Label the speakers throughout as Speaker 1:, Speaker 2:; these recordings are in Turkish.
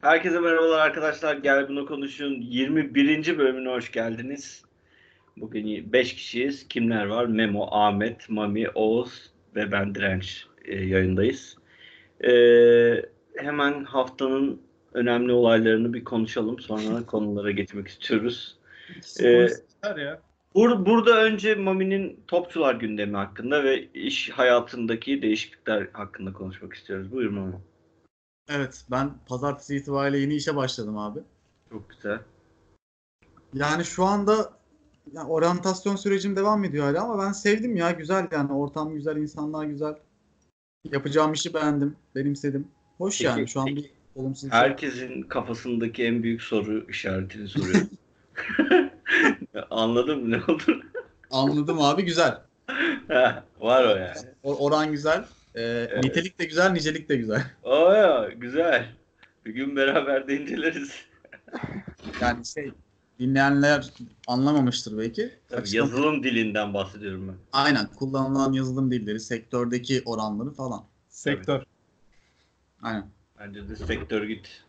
Speaker 1: Herkese merhabalar arkadaşlar. Gel Bunu Konuş'un 21. bölümüne hoş geldiniz. Bugün 5 kişiyiz. Kimler var? Memo, Ahmet, Mami, Oğuz ve ben Direnç yayındayız. Hemen haftanın önemli olaylarını bir konuşalım. Sonra konulara geçmek istiyoruz.
Speaker 2: Ya.
Speaker 1: Burada önce Mami'nin topçular gündemi hakkında ve iş hayatındaki değişiklikler hakkında konuşmak istiyoruz. Buyurun Mami.
Speaker 3: Evet, ben pazartesi itibariyle yeni işe başladım abi.
Speaker 1: Çok güzel.
Speaker 3: Yani şu anda oryantasyon sürecim devam ediyor hala ama ben sevdim ya. Güzel yani. Ortam güzel, insanlar güzel. Yapacağım işi beğendim, benimsedim. Hoş
Speaker 1: Peki,
Speaker 3: yani. Şu an bir olumsuz bir şey.
Speaker 1: herkesin kafasındaki en büyük soru işaretini soruyorum. Anladın mı ne oldu?
Speaker 3: Anladım abi, güzel.
Speaker 1: Var o yani.
Speaker 3: Oran güzel.
Speaker 1: Evet.
Speaker 3: Nitelik de güzel, nicelik de güzel.
Speaker 1: O ya güzel. Bir gün beraber de inceleriz.
Speaker 3: Yani dinleyenler anlamamıştır belki.
Speaker 1: Tabii, yazılım dilinden bahsediyorum ben.
Speaker 3: Aynen, kullanılan yazılım dilleri, sektördeki oranları falan.
Speaker 2: Sektör.
Speaker 1: Tabii.
Speaker 3: Aynen.
Speaker 1: Bence de sektör git.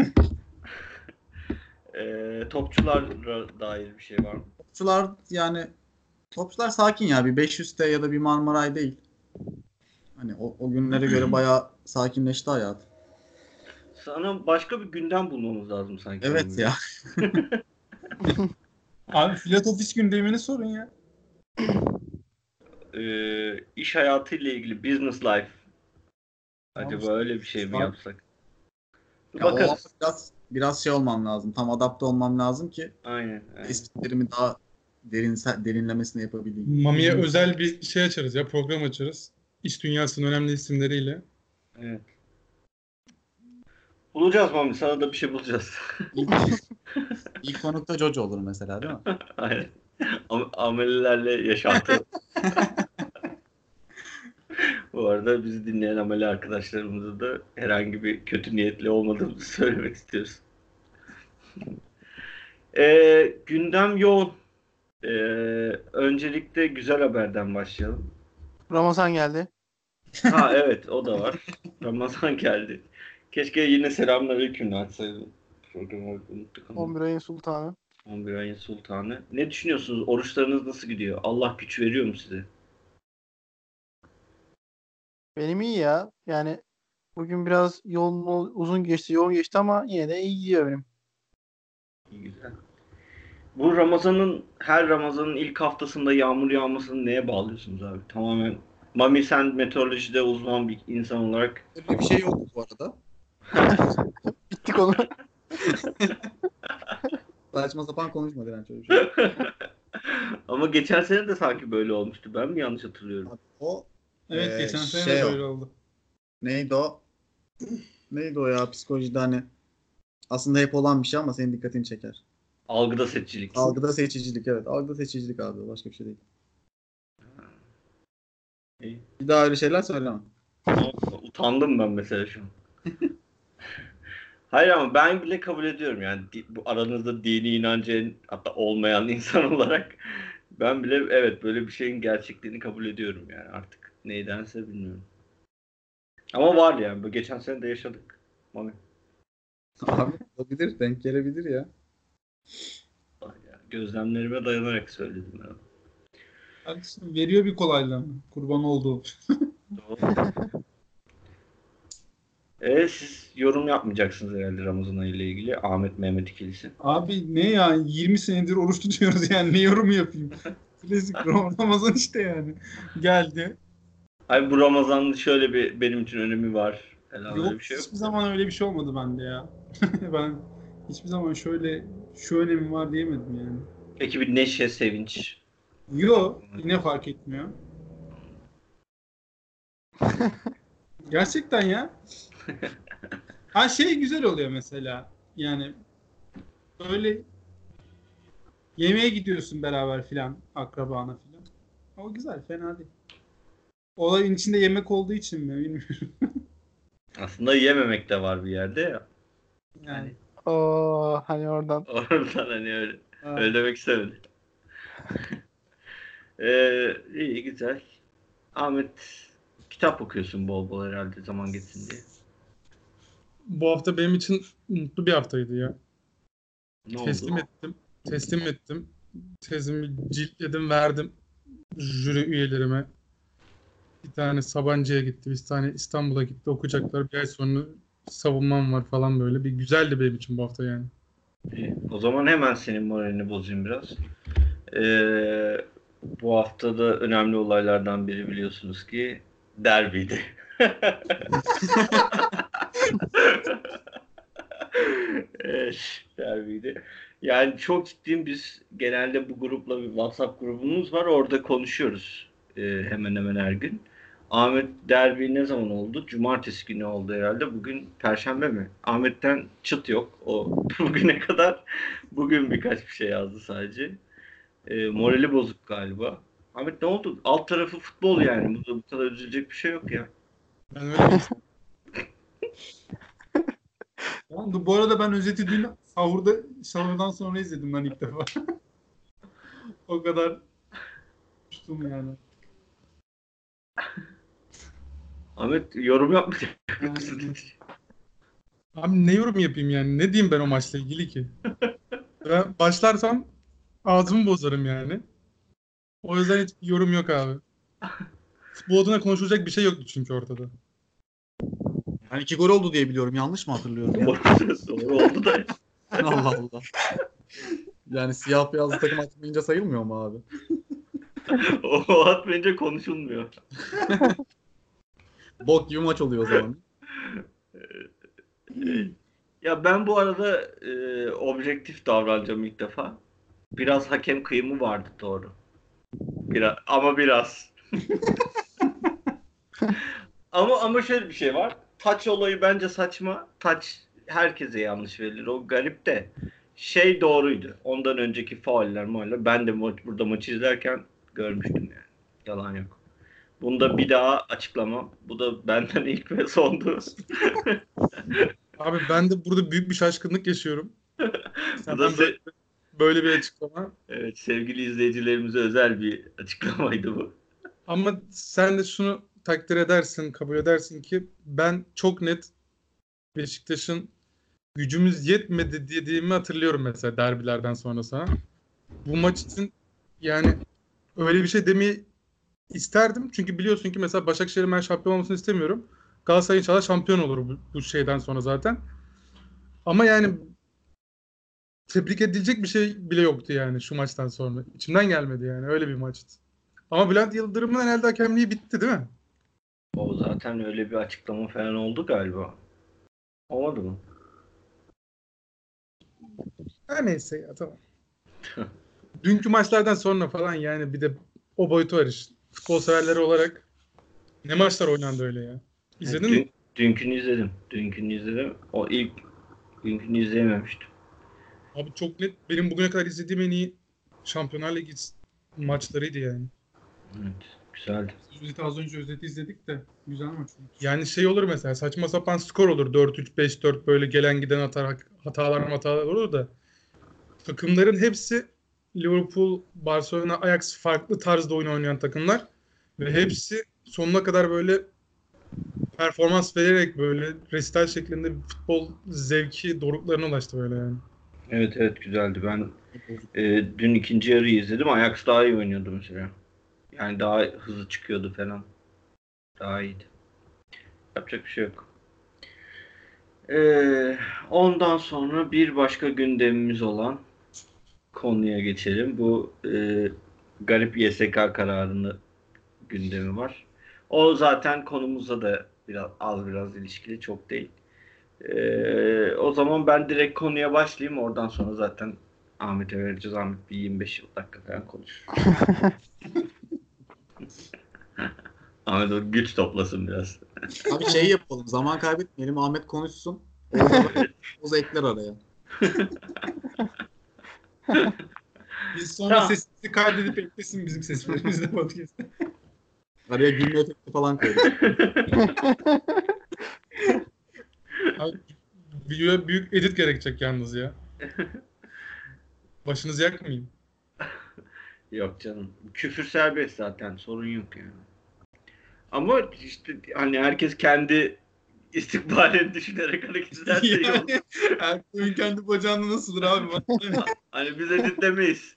Speaker 1: Topçulara dair bir şey var mı?
Speaker 3: Topçular sakin ya. Bir 500'te ya da bir Marmaray değil. Hani o günlere göre bayağı sakinleşti hayat.
Speaker 1: Sana başka bir gündem bulmamız lazım sanki.
Speaker 3: Evet ya.
Speaker 2: Abi flat office gündemini sorun ya.
Speaker 1: İş hayatıyla ilgili business life. Acaba
Speaker 3: Tamam.
Speaker 1: öyle bir şey mi yapsak?
Speaker 3: Ya
Speaker 1: Bakarız.
Speaker 3: biraz şey olmam lazım. Tam adapte olmam lazım ki
Speaker 1: Aynen.
Speaker 3: tespitlerimi daha derinlemesine yapabileyim.
Speaker 2: Mami'ye özel bir şey açarız ya, program açarız. İş dünyasının önemli isimleriyle.
Speaker 1: Evet. Bulacağız Mami. Sana da bir şey bulacağız.
Speaker 3: İlk konukta Jojo olur mesela, değil mi?
Speaker 1: Aynen. Amelilerle yaşantı. Bu arada bizi dinleyen ameli arkadaşlarımıza da herhangi bir kötü niyetli olmadığımızı söylemek istiyoruz. Gündem yoğun. Öncelikle güzel haberden başlayalım.
Speaker 4: Ramazan geldi.
Speaker 1: Ha evet, o da var. Ramazan geldi. Keşke yine selamünaleykümle açsaydım. Programı unuttuk ama.
Speaker 4: 11 ayın sultanı.
Speaker 1: 11 ayın sultanı. Ne düşünüyorsunuz? Oruçlarınız nasıl gidiyor? Allah güç veriyor mu size?
Speaker 4: Benim iyi ya. Yani bugün biraz uzun geçti, yoğun geçti ama yine de iyi gidiyor benim.
Speaker 1: İyi, güzel. Bu her Ramazan'ın ilk haftasında yağmur yağmasını neye bağlıyorsunuz abi? Tamamen. Mami, sen meteorolojide uzman bir insan olarak.
Speaker 3: Öyle bir şey yok bu arada.
Speaker 4: Bittik onu.
Speaker 3: Saçma sapan konuşma Direnç, öyle bir şey yok.
Speaker 1: Ama geçen sene de sanki böyle olmuştu. Ben mi yanlış hatırlıyorum?
Speaker 3: Abi, o
Speaker 2: Evet, geçen sene
Speaker 3: şey
Speaker 2: de
Speaker 3: o.
Speaker 2: böyle oldu.
Speaker 3: Neydi o? Neydi o ya, psikolojide hani aslında hep olan bir şey ama senin dikkatini çeker.
Speaker 1: Algıda seçicilik.
Speaker 3: Algıda seçicilik, evet. Algıda seçicilik abi. Başka bir şey değil.
Speaker 1: İyi.
Speaker 3: Bir daha öyle şeyler söylemem.
Speaker 1: Utandım ben mesela şu an. Hayır ama ben bile kabul ediyorum yani bu aranızda dini inancı hatta olmayan insan olarak ben bile evet böyle bir şeyin gerçekliğini kabul ediyorum yani artık neydense bilmiyorum. Ama var yani bu geçen sene de yaşadık. Mami.
Speaker 3: Abi olabilir. Denk gelebilir ya.
Speaker 1: Gözlemlerime dayanarak söyledim ben.
Speaker 2: Kardeşim, veriyor bir kolaylığını. Kurban olduğu.
Speaker 1: Doğru. Siz yorum yapmayacaksınız herhalde Ramazan ayı ile ilgili. Ahmet Mehmet ikilisi.
Speaker 2: Abi ne ya, 20 senedir oruç tutuyoruz yani, ne yorumu yapayım? Klasik Ramazan işte yani. Geldi.
Speaker 1: Hayır, bu Ramazan'ın şöyle bir benim için önemi var. Herhalde
Speaker 2: Yok,
Speaker 1: öyle bir şey yok.
Speaker 2: hiçbir zaman öyle bir şey olmadı bende ya. Ben hiçbir zaman şu önemi var diyemedim yani.
Speaker 1: Peki bir neşe, sevinç.
Speaker 2: Yo, yine fark etmiyor. Gerçekten ya. Ha, güzel oluyor mesela. Yani böyle yemeğe gidiyorsun beraber filan, akrabana filan. O güzel, fena değil. Olayın içinde yemek olduğu için mi bilmiyorum.
Speaker 1: Aslında yememek de var bir yerde ya.
Speaker 2: Yani.
Speaker 4: Hani oradan.
Speaker 1: Oradan hani öyle.
Speaker 2: Ha.
Speaker 1: Öyle demek istemedim. İyi, güzel. Ahmet, kitap okuyorsun bol bol herhalde zaman geçsin diye.
Speaker 5: bu hafta benim için mutlu bir haftaydı ya.
Speaker 1: Ne
Speaker 5: Teslim
Speaker 1: oldu?
Speaker 5: ettim. Teslim ettim. Tezimi ciltledim, verdim jüri üyelerime. Bir tane Sabancı'ya gitti, bir tane İstanbul'a gitti. Okuyacaklar. Bir ay sonra savunmam var falan böyle. Bir güzeldi benim için bu hafta yani.
Speaker 1: İyi. O zaman hemen senin moralini bozayım biraz. Bu haftada önemli olaylardan biri biliyorsunuz ki derbiydi. Evet, derbiydi. Yani çok ciddiyim, biz genelde bu grupla bir WhatsApp grubumuz var. Orada konuşuyoruz hemen hemen her gün. Ahmet, derbi ne zaman oldu? Cumartesi günü oldu herhalde. Bugün Perşembe mi? Ahmet'ten çıt yok. O bugüne kadar bugün birkaç bir şey yazdı sadece. Morali bozuk galiba. Ahmet ne oldu? Alt tarafı futbol yani. Burada bu kadar üzülecek bir şey yok ya.
Speaker 5: Ben öyle bir insan-
Speaker 2: Bu arada ben özeti dün sahurdan sonra izledim ben ilk defa. O kadar tuttum yani.
Speaker 1: Ahmet, yorum yapmayacak mısın?
Speaker 5: Abi ne yorum yapayım yani? Ne diyeyim ben o maçla ilgili ki? Ben başlarsam ağzımı bozarım yani. O yüzden hiç yorum yok abi. Futbol adına konuşulacak bir şey yoktu çünkü ortada.
Speaker 3: Yani 2 gol oldu diye biliyorum. Yanlış mı hatırlıyorum ya?
Speaker 1: Doğru oldu da.
Speaker 3: Allah Allah. Yani siyah beyazlı takım atmayınca sayılmıyor mu abi?
Speaker 1: O atmayınca konuşulmuyor.
Speaker 3: Bok gibi maç oluyor o zaman.
Speaker 1: Ya ben bu arada objektif davranacağım ilk defa. Biraz hakem kıyımı vardı, doğru. Biraz, ama biraz. Ama şöyle bir şey var. Taç olayı bence saçma. Taç herkese yanlış verilir. O garip de. Şey doğruydu. Ondan önceki fauller. Ben de burada maçı izlerken görmüştüm yani. Yalan yok. Bunda bir daha açıklamam. Bu da benden ilk ve sondu.
Speaker 5: Abi ben de burada büyük bir şaşkınlık yaşıyorum.
Speaker 1: Bu da
Speaker 5: Senden böyle bir açıklama.
Speaker 1: evet, sevgili izleyicilerimize özel bir açıklamaydı bu.
Speaker 5: Ama sen de şunu takdir edersin, kabul edersin ki ben çok net Beşiktaş'ın gücümüz yetmedi dediğimi hatırlıyorum mesela derbilerden sonra sana. Bu maç için yani öyle bir şey demeyi isterdim. Çünkü biliyorsun ki mesela Başakşehir'in ben şampiyon olmasını istemiyorum. Galatasaray inşallah şampiyon olur bu şeyden sonra zaten. Ama yani tebrik edilecek bir şey bile yoktu yani şu maçtan sonra. İçimden gelmedi yani öyle bir maçtı. Ama Bülent Yıldırım'ın herhalde hakemliği bitti değil mi?
Speaker 1: O zaten öyle bir açıklama falan oldu galiba. Olmadı mı?
Speaker 5: Her neyse ya tamam. Dünkü maçlardan sonra falan yani bir de o boyutu var işte. Futbol severleri olarak ne maçlar oynandı öyle ya. İzledin mi?
Speaker 1: Dünkünü izledim. Dünkünü izledim. O ilk dünkünü izleyememiştim.
Speaker 5: Abi çok net benim bugüne kadar izlediğim en iyi Şampiyonlar Ligi maçlarıydı yani.
Speaker 1: Evet, güzeldi.
Speaker 2: Az önce özeti izledik de güzel maç oldu.
Speaker 5: Yani şey olur mesela saçma sapan skor olur 4-3, 5-4 böyle gelen giden hatalar olur da takımların hepsi Liverpool, Barcelona, Ajax farklı tarzda oyun oynayan takımlar ve hepsi sonuna kadar böyle performans vererek böyle resital şeklinde bir futbol zevki doruklarına ulaştı böyle yani.
Speaker 1: Evet, güzeldi. Ben dün ikinci yarıyı izledim. Ajax daha iyi oynuyordu mesela. Yani daha hızlı çıkıyordu falan. Daha iyiydi. Yapacak bir şey yok. Ondan sonra bir başka gündemimiz olan konuya geçelim. Bu garip YSK kararını gündemi var. O zaten konumuzla da biraz ilişkili, çok değil. O zaman ben direkt konuya başlayayım. Oradan sonra zaten Ahmet'e vereceğiz. Ahmet bir 25 dakika falan konuşur. Ahmet o güç toplasın biraz.
Speaker 3: Abi şey yapalım. Zaman kaybetmeyelim. Ahmet konuşsun. Orada o ekler araya.
Speaker 2: Biz sonra
Speaker 1: Tamam.
Speaker 2: sesimizi kaydedip eklesin bizim seslerimizle podcast'te.
Speaker 3: Araya gülme efekti falan koyalım.
Speaker 5: Abi, videoya büyük edit gerekecek yalnız ya. Başınızı yakmayayım.
Speaker 1: Yok canım. Küfür serbest zaten. Sorun yok yani. Ama işte hani herkes kendi istikbalini düşünerek hareket ederse iyi olur.
Speaker 2: Yani her koyun kendi bacağında nasıldır abi?
Speaker 1: Hani biz editlemeyiz.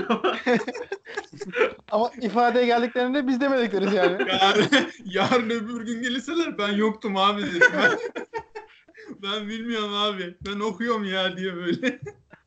Speaker 4: Ama ifadeye geldiklerinde biz demedik deriz yani.
Speaker 2: Yarın öbür gün gelirseler ben yoktum abi dedim. Ben bilmiyorum abi. Ben okuyorum ya diye böyle.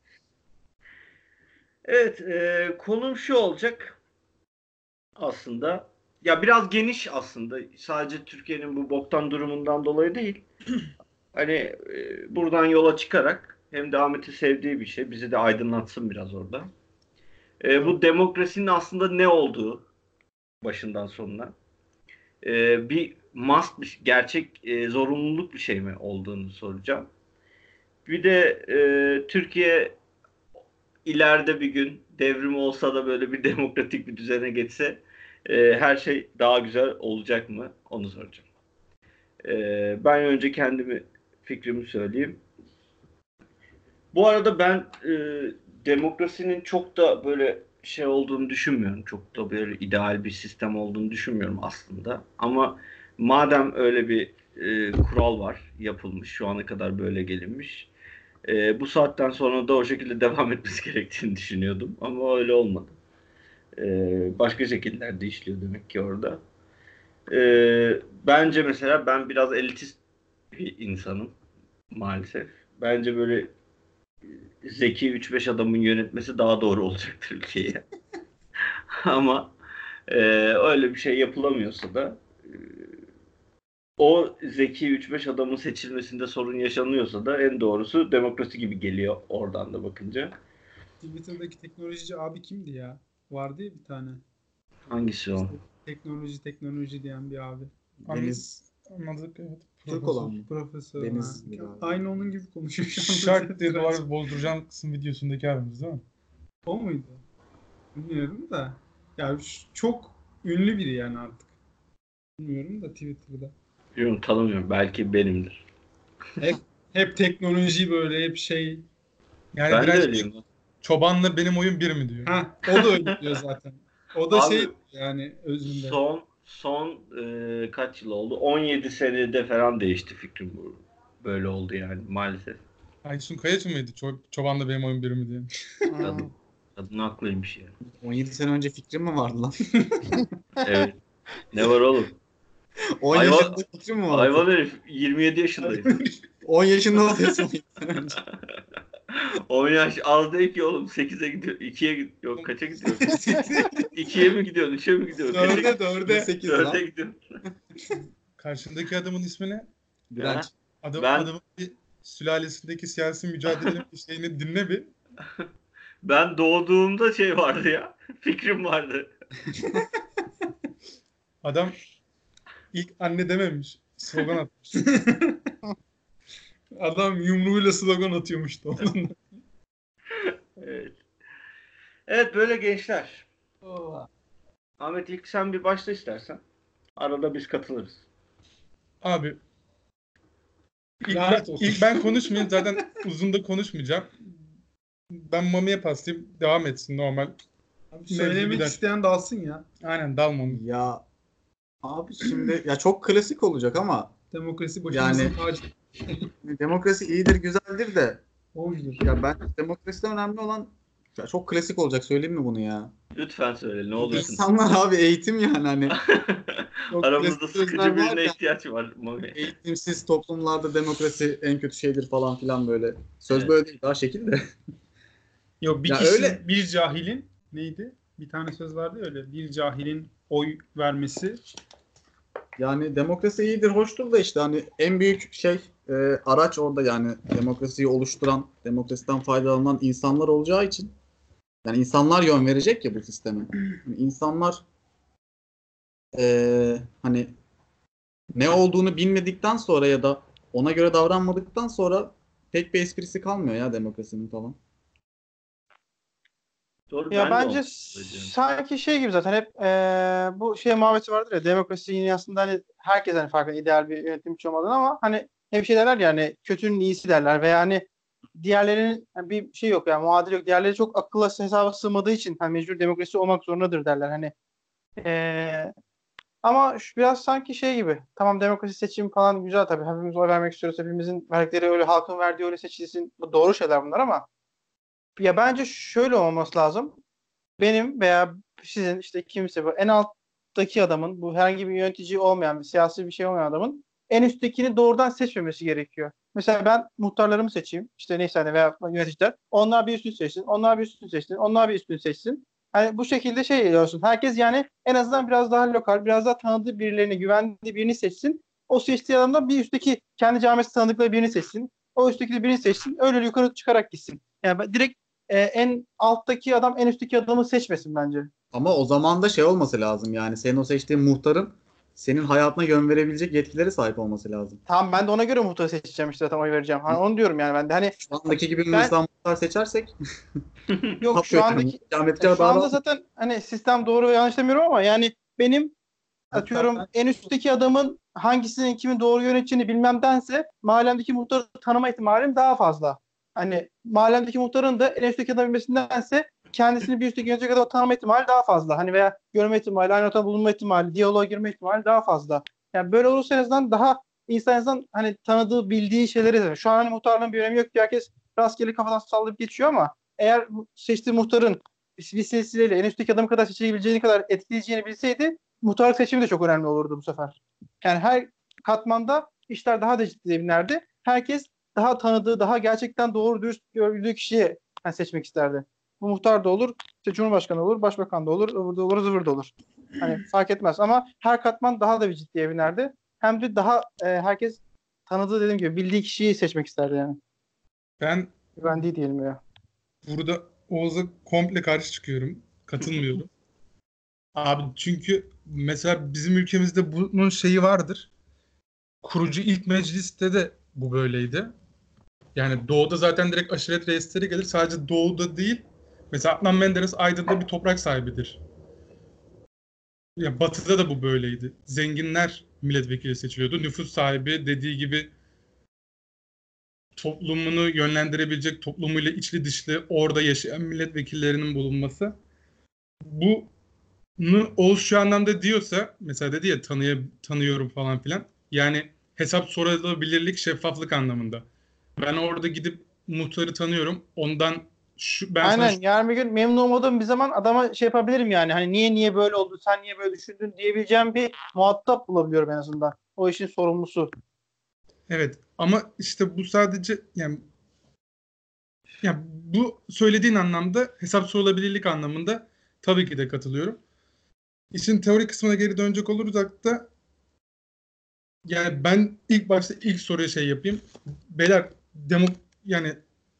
Speaker 1: Evet, konum şu olacak aslında. Ya biraz geniş aslında. Sadece Türkiye'nin bu boktan durumundan dolayı değil. Hani buradan yola çıkarak hem de Ahmet'in sevdiği bir şey. Bizi de aydınlatsın biraz orada. Bu demokrasinin aslında ne olduğu başından sonuna. Bir must, bir gerçek zorunluluk bir şey mi olduğunu soracağım. Bir de Türkiye ileride bir gün devrim olsa da böyle bir demokratik bir düzene geçse her şey daha güzel olacak mı? Onu soracağım. Ben önce fikrimi söyleyeyim. Bu arada ben demokrasinin çok da böyle şey olduğunu düşünmüyorum. Çok da böyle ideal bir sistem olduğunu düşünmüyorum aslında. Ama madem öyle bir kural var, yapılmış, şu ana kadar böyle gelinmiş. Bu saatten sonra da o şekilde devam etmesi gerektiğini düşünüyordum. Ama öyle olmadı. Başka şekillerde işliyor demek ki orada. Bence mesela ben biraz elitist bir insanım maalesef. Bence böyle zeki 3-5 adamın yönetmesi daha doğru olacaktır ülkeyi. Ama öyle bir şey yapılamıyorsa da o zeki 3-5 adamın seçilmesinde sorun yaşanıyorsa da en doğrusu demokrasi gibi geliyor oradan da bakınca.
Speaker 2: Twitter'daki teknolojici abi kimdi ya? Vardı ya bir tane.
Speaker 1: Hangisi o?
Speaker 2: Teknoloji diyen bir abi.
Speaker 3: Deniz
Speaker 5: Anladık evet.
Speaker 3: Türk olan mı?
Speaker 2: Profesör.
Speaker 3: Deniz
Speaker 2: ha.
Speaker 3: mi abi?
Speaker 2: Aynı onun gibi konuşuyor şu anda.
Speaker 5: Şart diye duvar bozduracağım kısım videosundaki abimiz değil mi?
Speaker 2: O muydu? Bilmiyorum da. Ya çok ünlü biri yani artık. Bilmiyorum da Twitter'da.
Speaker 1: Bilmiyorum, tanımıyorum. Belki benimdir.
Speaker 2: Hep teknoloji böyle hep şey.
Speaker 5: Yani
Speaker 1: Ben de
Speaker 5: direnç
Speaker 1: öyleyim.
Speaker 5: çobanla benim oyun bir mi diyor.
Speaker 2: Ha, o da öyle diyor zaten. O da
Speaker 1: Abi,
Speaker 2: şey yani özünde.
Speaker 1: Son kaç yıl oldu? 17 senede falan değişti fikrim bu. Böyle oldu yani maalesef.
Speaker 5: Aysun Kayaçı mıydı? Çobanla benim oyun bir mi diye.
Speaker 1: Kadın haklıymış yani.
Speaker 3: 17 sene önce fikrim mi vardı lan?
Speaker 1: Evet. Ne var oğlum?
Speaker 3: 10
Speaker 1: Hayvan-
Speaker 3: yaşında fikrim mi vardı?
Speaker 1: Hayvan herif 27 yaşındayım.
Speaker 3: 10 yaşında oluyorsun 17 sene önce.
Speaker 1: 10 yaş az değil ki oğlum. 8'e gidiyor. 2'ye yok kaça gidiyor? 2'ye mi gidiyorsun? 3'e mi gidiyorsun?
Speaker 2: Dörde.
Speaker 3: 8
Speaker 1: 4'e
Speaker 3: lan.
Speaker 1: gidiyorsun.
Speaker 5: Karşındaki adamın ismi ne?
Speaker 3: Direnç.
Speaker 5: Adam,
Speaker 1: Ben-
Speaker 5: adamın bir sülalesindeki siyasi mücadelenin bir şeyini dinle bir.
Speaker 1: Ben doğduğumda şey vardı ya. Fikrim vardı.
Speaker 5: Adam ilk anne dememiş. Slogan atmış.
Speaker 2: Adam yumruğuyla slogan atıyormuş da onun.
Speaker 1: Evet. Evet böyle gençler. Ahmet ilk sen bir başla istersen. Arada biz katılırız.
Speaker 5: Abi
Speaker 2: Lanet olsun.
Speaker 5: ilk ben konuşmayayım. Zaten uzun da konuşmayacağım. Ben Mami'ye paslayayım. Devam etsin normal.
Speaker 2: Söylemek
Speaker 5: gider.
Speaker 2: isteyen dalsın ya.
Speaker 5: Aynen dal Mami.
Speaker 3: Ya abi şimdi ya çok klasik olacak ama
Speaker 2: Demokrasi başımızın
Speaker 3: Yani-
Speaker 2: tacı.
Speaker 3: demokrasi iyidir güzeldir de
Speaker 2: Oydur.
Speaker 3: ya ben demokraside önemli olan ya çok klasik olacak söyleyeyim mi bunu ya?
Speaker 1: Lütfen söyle ne olursun.
Speaker 3: İnsanlar abi eğitim yani hani çok
Speaker 1: Aramızda
Speaker 3: klasik
Speaker 1: sıkıcı
Speaker 3: sözler var
Speaker 1: birine
Speaker 3: ya.
Speaker 1: ihtiyaç var Mami.
Speaker 3: Eğitimsiz toplumlarda demokrasi en kötü şeydir falan filan böyle. Söz
Speaker 1: Evet.
Speaker 3: böyle değil daha şekil de.
Speaker 2: Yok bir
Speaker 3: Ya
Speaker 2: kişi,
Speaker 3: öyle.
Speaker 2: bir cahilin neydi? Bir tane söz vardı ya öyle. Bir cahilin oy vermesi.
Speaker 3: Yani demokrasi iyidir, hoştur da işte hani en büyük şey araç orada yani demokrasiyi oluşturan, demokrasiden faydalanan insanlar olacağı için yani insanlar yön verecek ya bu sisteme. Yani insanlar hani ne olduğunu bilmedikten sonra ya da ona göre davranmadıktan sonra pek bir esprisi kalmıyor ya demokrasinin falan.
Speaker 1: Doğru,
Speaker 4: Ya
Speaker 1: ben de
Speaker 4: bence
Speaker 1: onu söylüyorum.
Speaker 4: sanki şey gibi zaten hep bu şey muhabbeti vardır ya, demokrasi yine aslında hani herkes hani farkında ideal bir yönetimci olmadan ama hani hep şey derler ya, hani kötünün iyisi derler veya hani diğerlerinin yani bir şey yok yani muadili yok. Diğerleri çok akılla hesaba sığmadığı için hani mecbur demokrasi olmak zorundadır derler. Hani Ama biraz sanki şey gibi. Tamam, demokrasi seçim falan güzel tabii. Hepimiz oy vermek istiyoruz. Hepimizin verdikleri öyle, halkın verdiği öyle seçilsin. Bu doğru şeyler bunlar ama ya bence şöyle olması lazım. Benim veya sizin işte kimse, bu en alttaki adamın, bu herhangi bir yönetici olmayan, bir siyasi bir şey olmayan adamın en üsttekini doğrudan seçmemesi gerekiyor. Mesela ben muhtarlarımı seçeyim. İşte neyse hani, veya yöneticiler. Onlar bir üstünü seçsin. Onlar bir üstünü seçsin. Onlar bir üstünü seçsin. Hani bu şekilde şey olsun. Herkes yani en azından biraz daha lokal, biraz daha tanıdığı birilerini, güvendiği birini seçsin. O seçtiği adamdan bir üstteki kendi camiası tanıdıkları birini seçsin. O üstteki de birini seçsin. Öyle yukarı çıkarak gitsin. Yani direkt en alttaki adam en üstteki adamı seçmesin bence.
Speaker 3: Ama o zaman da şey olması lazım, yani senin o seçtiğin muhtarın senin hayatına yön verebilecek yetkilere sahip olması lazım.
Speaker 4: Tamam, ben de ona göre muhtarı seçeceğim, işte zaten oy vereceğim. Hani onu diyorum yani ben de, hani
Speaker 3: Şu andaki gibi
Speaker 4: ben
Speaker 3: mesela muhtar seçersek
Speaker 4: yok şu andaki
Speaker 3: Ahmetçi
Speaker 4: şu anda
Speaker 3: daha
Speaker 4: zaten hani sistem doğru ve yanlış demiyorum ama yani benim atıyorum en üstteki adamın hangisinin kimi doğru yöneteceğini bilmemdense mahallemdeki muhtarı tanıma ihtimalim daha fazla. Hani mahallemdeki muhtarın da en üstteki adam bilmesindense kendisini bir üstteki yönetecek adamı tanıma ihtimali daha fazla. Hani veya görme ihtimali, aynı ortamda bulunma ihtimali, diyaloğa girme ihtimali daha fazla. Yani böyle olursa en azından daha insan en azından hani tanıdığı, bildiği şeyleri de. Şu an hani muhtarlığın bir önemi yok ki, herkes rastgele kafadan sallayıp geçiyor ama eğer seçtiği muhtarın bir silsileyle en üstteki adam kadar seçilebileceğini kadar etkileyeceğini bilseydi muhtarlık seçimi de çok önemli olurdu bu sefer. Yani her katmanda işler daha da ciddiye binerdi. Herkes daha tanıdığı, daha gerçekten doğru dürüst gördüğü kişiyi yani seçmek isterdi. Bu muhtar da olur, işte Cumhurbaşkanı olur, Başbakan da olur, ıvır da olur, zıvır da olur. Hani fark etmez ama her katman daha da bir ciddiye binerdi. Hem de daha herkes tanıdığı, dediğim gibi bildiği kişiyi seçmek isterdi yani.
Speaker 5: Ben
Speaker 4: Güvendiği diyelim ya.
Speaker 5: burada Oğuz'a komple karşı çıkıyorum. Katılmıyorum. Abi çünkü mesela bizim ülkemizde bunun şeyi vardır. Kurucu ilk mecliste de bu böyleydi. Yani doğuda zaten direkt aşiret reisleri gelir. Sadece doğuda değil. Mesela Adnan Menderes Aydın'da bir toprak sahibidir. Ya batıda da bu böyleydi. Zenginler milletvekili seçiliyordu. Nüfus sahibi dediği gibi toplumunu yönlendirebilecek, toplumuyla içli dışlı orada yaşayan milletvekillerinin bulunması. Bunu Oğuz şu anlamda diyorsa, mesela dedi ya tanıyorum falan filan. Yani hesap sorulabilirlik, şeffaflık anlamında. Ben orada gidip muhtarı tanıyorum. Ondan ben sana
Speaker 4: Aynen, yarın bir gün memnun olmadığım bir zaman adama şey yapabilirim yani. Hani niye böyle oldu, sen niye böyle düşündün diyebileceğim bir muhatap bulabiliyorum en azından. O işin sorumlusu.
Speaker 5: evet, ama işte bu sadece yani bu söylediğin anlamda hesap sorulabilirlik anlamında tabii ki de katılıyorum. İşin teori kısmına geri dönecek olursak da yani ben ilk başta ilk soruya şey yapayım. Beyler yani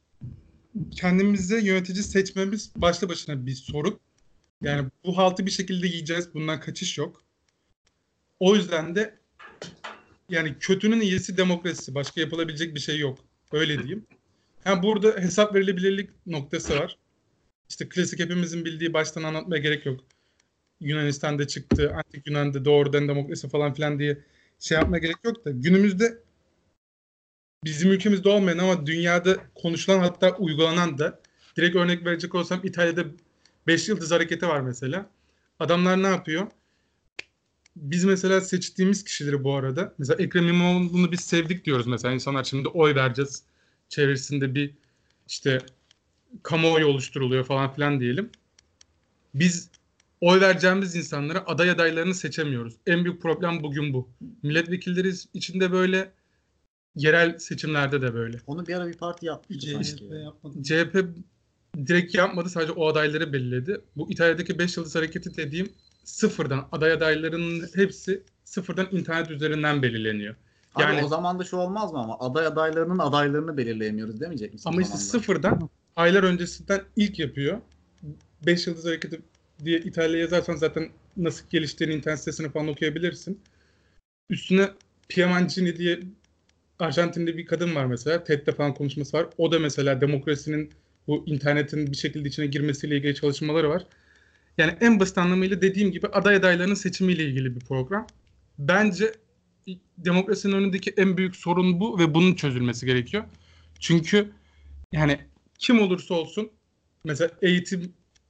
Speaker 5: kendimize yönetici seçmemiz başlı başına bir sorun. Yani bu haltı bir şekilde yiyeceğiz. Bundan kaçış yok. O yüzden de yani kötünün iyisi demokrasi. Başka yapılabilecek bir şey yok. Öyle diyeyim. Ha, burada hesap verilebilirlik noktası var. İşte klasik hepimizin bildiği, baştan anlatmaya gerek yok. Yunanistan'da çıktı, Antik Yunan'da doğrudan demokrasi falan filan diye şey yapmaya gerek yok da günümüzde bizim ülkemizde olmayan ama dünyada konuşulan, hatta uygulanan da, direkt örnek verecek olsam İtalya'da 5 yıldız hareketi var mesela. Adamlar ne yapıyor? Biz mesela seçtiğimiz kişileri bu arada, mesela Ekrem İmamoğlu'nu biz sevdik diyoruz mesela, insanlar şimdi oy vereceğiz. Çevresinde bir işte kamuoyu oluşturuluyor falan filan diyelim. Biz oy vereceğimiz insanlara aday adaylarını seçemiyoruz. En büyük problem bugün bu. Milletvekilleri içinde böyle, yerel seçimlerde de böyle.
Speaker 3: Onu bir ara bir parti yapmıştı sanki.
Speaker 2: CHP yapmadı.
Speaker 5: CHP direkt yapmadı, sadece o adayları belirledi. Bu İtalya'daki 5 yıldız hareketi dediğim sıfırdan, aday adaylarının hepsi sıfırdan internet üzerinden belirleniyor.
Speaker 3: Yani o zaman da şu olmaz mı ama aday adaylarının adaylarını belirleyemiyoruz demeyecek misin?
Speaker 5: Ama işte sıfırdan aylar öncesinden ilk yapıyor. 5 yıldız hareketi diye İtalya yazarsan zaten nasıl geliştiğini internet sitesini falan okuyabilirsin. Üstüne Piamancini diye Arjantin'de bir kadın var mesela. TED'de falan konuşması var. O da mesela demokrasinin bu internetin bir şekilde içine girmesiyle ilgili çalışmaları var. Yani en basit anlamıyla dediğim gibi aday adaylarının seçimiyle ilgili bir program. Bence demokrasinin önündeki en büyük sorun bu ve bunun çözülmesi gerekiyor. Çünkü yani kim olursa olsun mesela eğitim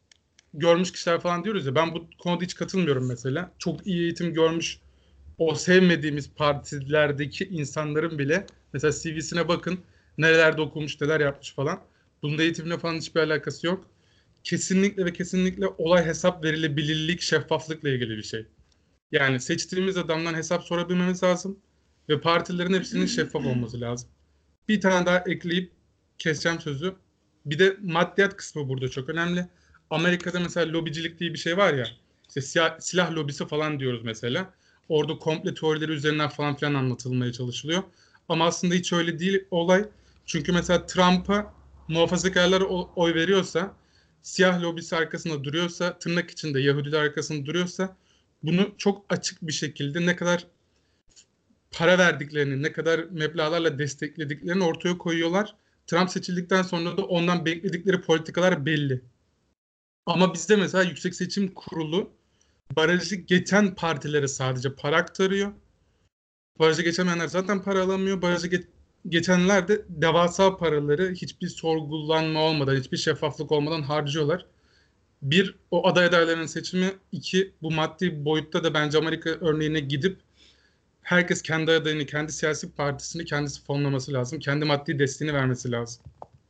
Speaker 5: görmüş kişiler falan diyoruz ya, ben bu konuda hiç katılmıyorum mesela. Çok iyi eğitim görmüş, o sevmediğimiz partilerdeki insanların bile mesela CV'sine bakın, nerelerde okumuş, neler yapmış falan. Bunun da eğitimle falan hiçbir alakası yok. Kesinlikle ve kesinlikle olay hesap verilebilirlik, şeffaflıkla ilgili bir şey. Yani seçtiğimiz adamdan hesap sorabilmemiz lazım ve partilerin hepsinin şeffaf olması lazım. Bir tane daha ekleyip keseceğim sözü. Bir de maddiyat kısmı burada çok önemli. Amerika'da mesela lobicilik diye bir şey var ya. İşte silah lobisi falan diyoruz mesela. Orada komple teorileri üzerinden falan filan anlatılmaya çalışılıyor. Ama aslında hiç öyle değil olay. Çünkü mesela Trump'a muhafazakarlar oy veriyorsa, siyah lobisi arkasında duruyorsa, tırnak içinde Yahudiler arkasında duruyorsa, bunu çok açık bir şekilde ne kadar para verdiklerini, ne kadar meblağlarla desteklediklerini ortaya koyuyorlar. Trump seçildikten sonra da ondan bekledikleri politikalar belli. Ama bizde mesela Yüksek Seçim Kurulu barajı geçen partilere sadece para aktarıyor. Barajı geçemeyenler zaten para alamıyor. Barajı geçenler de devasa paraları hiçbir sorgulanma olmadan, hiçbir şeffaflık olmadan harcıyorlar. Bir, o aday adaylarının seçimi. İki, bu maddi boyutta da bence Amerika örneğine gidip herkes kendi adayını, kendi siyasi partisini kendisi fonlaması lazım. Kendi maddi desteğini vermesi lazım.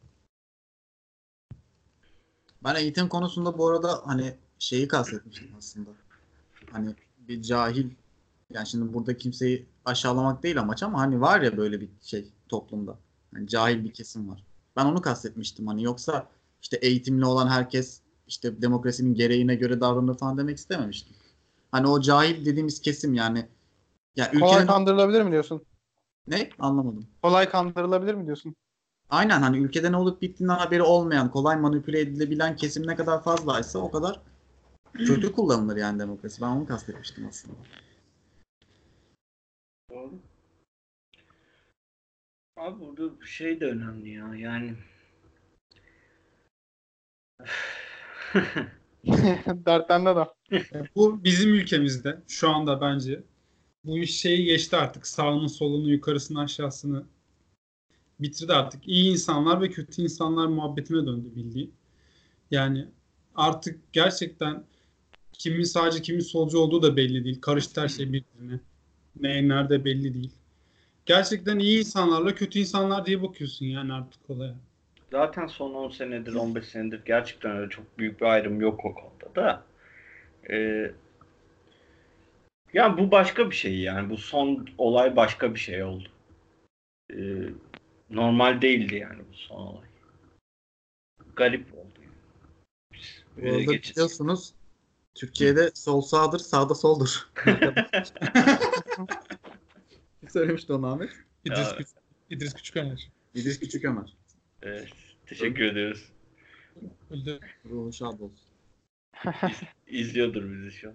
Speaker 3: Ben eğitim konusunda bu arada hani şeyi kastetmiştim aslında. Hani bir cahil, yani şimdi burada kimseyi aşağılamak değil amaç ama hani var ya böyle bir şey toplumda. Hani cahil bir kesim var. Ben onu kastetmiştim hani, yoksa işte eğitimli olan herkes işte demokrasinin gereğine göre davranır falan demek istememiştim. Hani o cahil dediğimiz kesim yani, ya
Speaker 4: Kolay
Speaker 3: ülkenin
Speaker 4: kandırılabilir mi diyorsun?
Speaker 3: ne anlamadım.
Speaker 4: Kolay kandırılabilir mi diyorsun?
Speaker 3: Aynen, hani ülkede ne olup bittiğinden haberi olmayan, kolay manipüle edilebilen kesim ne kadar fazlaysa o kadar kötü kullanılır yani demokrasi. Ben onu kastetmiştim aslında.
Speaker 1: Doğru. Abi burada şey de önemli ya. Yani
Speaker 4: Dertlerinde de.
Speaker 2: Bu bizim ülkemizde şu anda bence bu iş şeyi geçti artık. Sağını solunu yukarısını aşağısını bitirdi artık. İyi insanlar ve kötü insanlar muhabbetine döndü bildiğin. Yani artık gerçekten kimin sağcı kimin solcu olduğu da belli değil. Karıştı her şey birbirine. Ne nerede belli değil. Gerçekten iyi insanlarla kötü insanlar diye bakıyorsun yani artık olaya.
Speaker 1: zaten son 10 senedir, 15 senedir gerçekten öyle çok büyük bir ayrım yok o konuda da. Ee, Ya bu başka bir şey yani. Bu son olay başka bir şey oldu. Ee, Normal değildi yani bu son olay. Garip oldu yani.
Speaker 3: Bu
Speaker 1: Biz
Speaker 3: arada
Speaker 1: geçin.
Speaker 3: biliyorsunuz Türkiye'de sol sağdır, sağda soldur. Kim söylemişti onu Ahmet?
Speaker 5: İdris,
Speaker 1: Ya,
Speaker 5: İdris Küçüköner.
Speaker 3: İdris Küçükömer.
Speaker 1: evet, teşekkür ediyoruz.
Speaker 5: Öldü.
Speaker 3: Ruhu şad olsun.
Speaker 1: İzliyordur bizi şu an.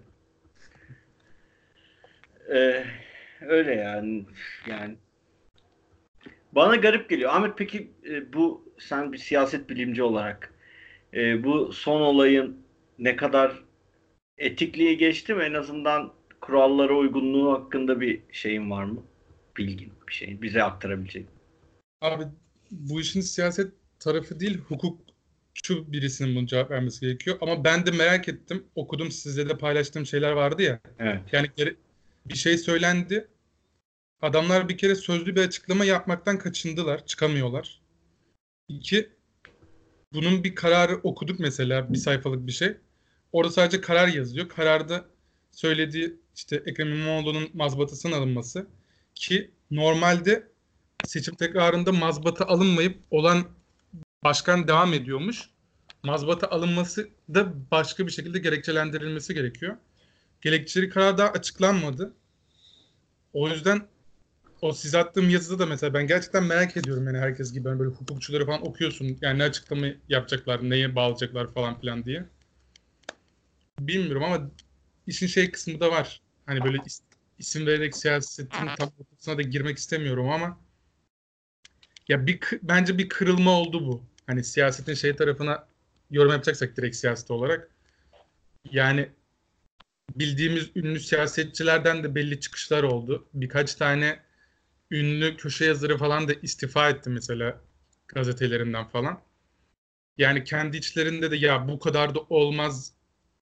Speaker 1: Ee, Öyle yani. Yani bana garip geliyor. Ahmet peki bu sen bir siyaset bilimci olarak bu son olayın ne kadar etikliği geçti mi? En azından kurallara uygunluğu hakkında bir şeyin var mı? Bilgin bir şey. Bize aktarabilecek.
Speaker 5: Abi bu işin siyaset tarafı değil, hukukçu birisinin bunu cevap vermesi gerekiyor. Ama ben de merak ettim. Okudum, sizle de paylaştığım şeyler vardı ya.
Speaker 1: Evet.
Speaker 5: Yani bir şey söylendi. Adamlar bir kere sözlü bir açıklama yapmaktan kaçındılar. Çıkamıyorlar. İki, bunun bir kararı okuduk mesela. Bir sayfalık bir şey. Orada sadece karar yazıyor. Kararda söylediği işte Ekrem İmamoğlu'nun mazbatasının alınması. Ki normalde seçim tekrarında mazbata alınmayıp olan başkan devam ediyormuş. Mazbata alınması da başka bir şekilde gerekçelendirilmesi gerekiyor. Gerekçeli karar daha açıklanmadı. O yüzden o size attığım yazıda da mesela ben gerçekten merak ediyorum yani herkes gibi. Yani böyle hukukçuları falan okuyorsun. Yani ne açıklama yapacaklar, neye bağlayacaklar falan filan diye. Bilmiyorum ama işin şey kısmı da var. Hani böyle isim vererek siyasetin tam ortasına da girmek istemiyorum ama ya bence bir kırılma oldu bu. Hani siyasetin şey tarafına yorum yapacaksak direkt siyaset olarak. Yani bildiğimiz ünlü siyasetçilerden de belli çıkışlar oldu. Birkaç tane ünlü köşe yazarı falan da istifa etti mesela gazetelerinden falan. Yani kendi içlerinde de ya bu kadar da olmaz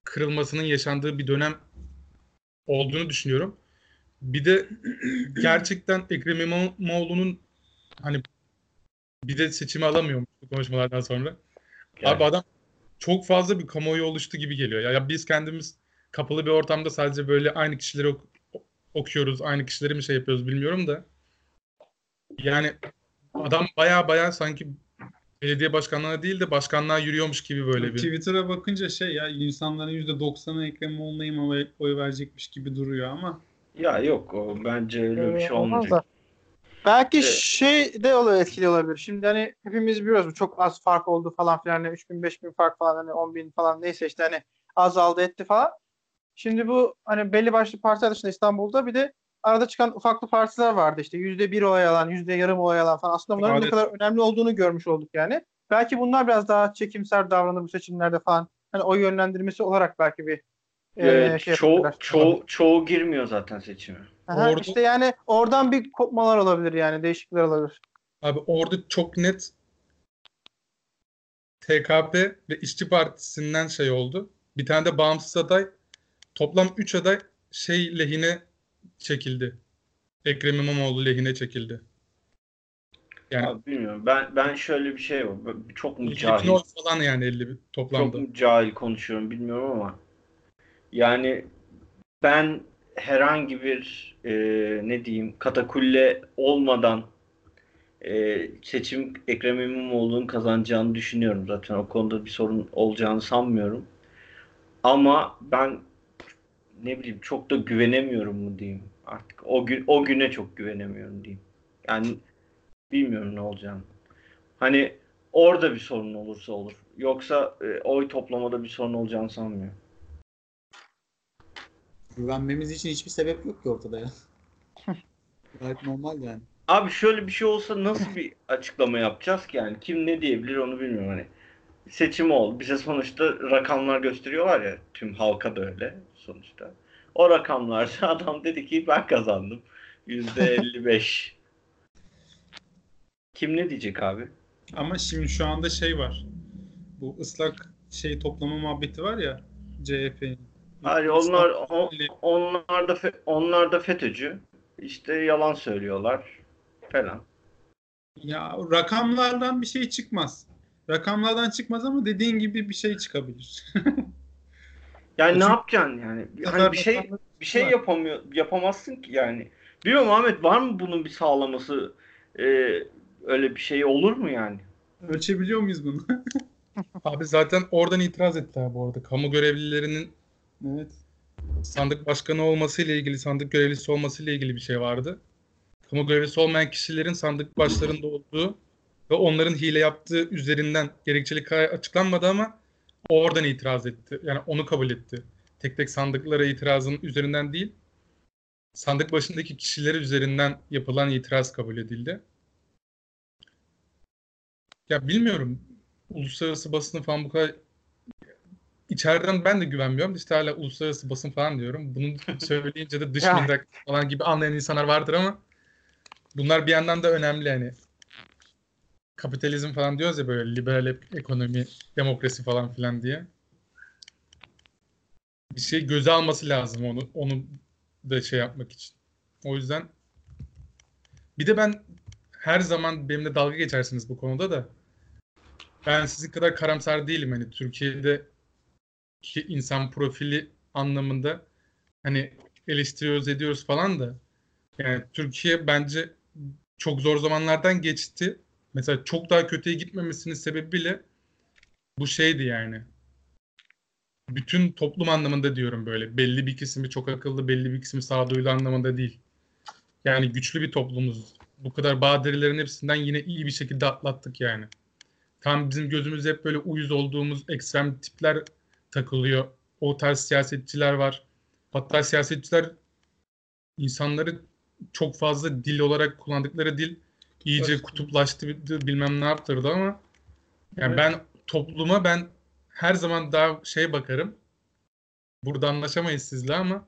Speaker 5: kırılmasının yaşandığı bir dönem olduğunu düşünüyorum. Bir de gerçekten Ekrem İmamoğlu'nun hani bir de seçimi alamıyormuş bu konuşmalardan sonra. Abi
Speaker 1: Gerçekten.
Speaker 5: adam çok fazla bir kamuoyu oluştu gibi geliyor. Ya biz kendimiz kapalı bir ortamda sadece böyle aynı kişileri okuyoruz, aynı kişileri mi şey yapıyoruz bilmiyorum da. Yani adam baya sanki belediye başkanlığına değil de başkanlığa yürüyormuş gibi böyle bir.
Speaker 2: Twitter'a bakınca ya insanların %90'ı Ekrem İmamoğlu'na oy verecekmiş gibi duruyor ama
Speaker 1: Ya yok, o bence öyle bir şey
Speaker 4: Olmaz
Speaker 1: olmayacak.
Speaker 4: da. Belki
Speaker 1: Evet.
Speaker 4: şey de etkili olabilir. Şimdi hani hepimiz biliyoruz bu çok az fark oldu falan filan. Hani 3.000 5.000 fark falan hani 10.000 falan neyse işte hani azaldı etti falan. Şimdi bu hani belli başlı partiler dışında İstanbul'da bir de arada çıkan ufaklı partiler vardı işte %1 oy alan, %0,5 oy alan falan. Aslında bunların ne
Speaker 5: Adet.
Speaker 4: kadar önemli olduğunu görmüş olduk yani. Belki bunlar biraz daha çekimser davranır bu seçimlerde falan. Hani oy yönlendirmesi olarak belki bir şey yapabilirler.
Speaker 1: Çoğu girmiyor zaten seçime.
Speaker 4: Aha,
Speaker 5: Orada
Speaker 4: işte yani oradan bir kopmalar olabilir yani değişiklikler olabilir.
Speaker 5: abi orada çok net TKP ve İşçi Partisi'nden şey oldu. Bir tane de bağımsız aday, toplam 3 aday şey lehine çekildi. Ekrem İmamoğlu lehine çekildi. Yani
Speaker 1: Abi bilmiyorum. Ben şöyle bir şey var. Çok mu
Speaker 5: 50 bin
Speaker 1: cahil,
Speaker 5: oy falan yani 50 bin
Speaker 1: çok
Speaker 5: toplamda.
Speaker 1: mu cahil konuşuyorum bilmiyorum ama yani ben herhangi bir ne diyeyim katakulle olmadan seçim Ekrem İmamoğlu'nun kazanacağını düşünüyorum. Zaten o konuda bir sorun olacağını sanmıyorum. Ama ben ne bileyim çok da güvenemiyorum mu diyeyim. Artık o güne çok güvenemiyorum diyeyim. Yani bilmiyorum ne olacağını. Hani orada bir sorun olursa olur. Yoksa oy toplamada bir sorun olacağını sanmıyorum.
Speaker 3: Güvenmemiz için hiçbir sebep yok ki ortada ya. Gayet normal yani.
Speaker 1: Abi şöyle bir şey olsa nasıl bir açıklama yapacağız ki yani? Kim ne diyebilir onu bilmiyorum hani. Seçim oldu. Bize sonuçta rakamlar gösteriyorlar ya. Tüm halka da öyle sonuçta. O rakamlarda adam dedi ki ben kazandım. %55. Kim ne diyecek abi?
Speaker 2: ama şimdi şu anda var. Bu ıslak toplama muhabbeti var ya CHP'nin.
Speaker 1: Hayır, onlar da FETÖ'cü. İşte yalan söylüyorlar falan.
Speaker 2: Ya rakamlardan bir şey çıkmaz. Rakamlardan çıkmaz ama dediğin gibi bir şey çıkabilir.
Speaker 1: Yani ne
Speaker 2: Çünkü
Speaker 1: yapacaksın yani?
Speaker 2: bu
Speaker 1: Hani
Speaker 2: sefer
Speaker 1: bir şey
Speaker 2: var.
Speaker 1: yapamazsın ki yani. Bilmiyorum Ahmet, var mı bunun bir sağlaması? Ee, Öyle bir şey olur mu yani?
Speaker 2: Ölçebiliyor muyuz bunu?
Speaker 5: Abi zaten oradan itiraz ettiler bu arada. Kamu görevlilerinin
Speaker 2: Evet.
Speaker 5: sandık başkanı olmasıyla ilgili, sandık görevlisi olmasıyla ilgili bir şey vardı. Kamu görevlisi olmayan kişilerin sandık başlarında olduğu ve onların hile yaptığı üzerinden gerekçelik açıklanmadı ama o oradan itiraz etti. Yani onu kabul etti. Tek tek sandıklara itirazın üzerinden değil, sandık başındaki kişileri üzerinden yapılan itiraz kabul edildi. Ya bilmiyorum. Uluslararası basını falan bu kadar içeriden ben de güvenmiyorum. İşte hala uluslararası basın falan diyorum. Bunu söyleyince de dış
Speaker 4: Ya
Speaker 5: mihrak falan gibi anlayan insanlar vardır ama bunlar bir yandan da önemli yani. Kapitalizm falan diyoruz ya böyle liberal ekonomi, demokrasi falan filan diye. Bir şey göze alması lazım onu da şey yapmak için. O yüzden bir de ben her zaman benimle dalga geçersiniz bu konuda da ben sizin kadar karamsar değilim. Hani Türkiye'deki insan profili anlamında hani eleştiriyoruz ediyoruz falan da yani Türkiye bence çok zor zamanlardan geçti. Mesela çok daha kötüye gitmemesinin sebebi bile bu şeydi yani. Bütün toplum anlamında diyorum böyle. Belli bir kesimi çok akıllı, belli bir kesimi sağduyulu anlamında değil. Yani güçlü bir toplumuz. Bu kadar badirelerin hepsinden yine iyi bir şekilde atlattık yani. Tam bizim gözümüzde hep böyle uyuz olduğumuz ekstrem tipler takılıyor. O tarz siyasetçiler var. Hatta siyasetçiler insanları çok fazla dil olarak kullandıkları dil iyice kutuplaştı bilmem ne yaptırdı ama yani
Speaker 2: Evet.
Speaker 5: ben her zaman daha şey bakarım. Burada anlaşamayız sizle ama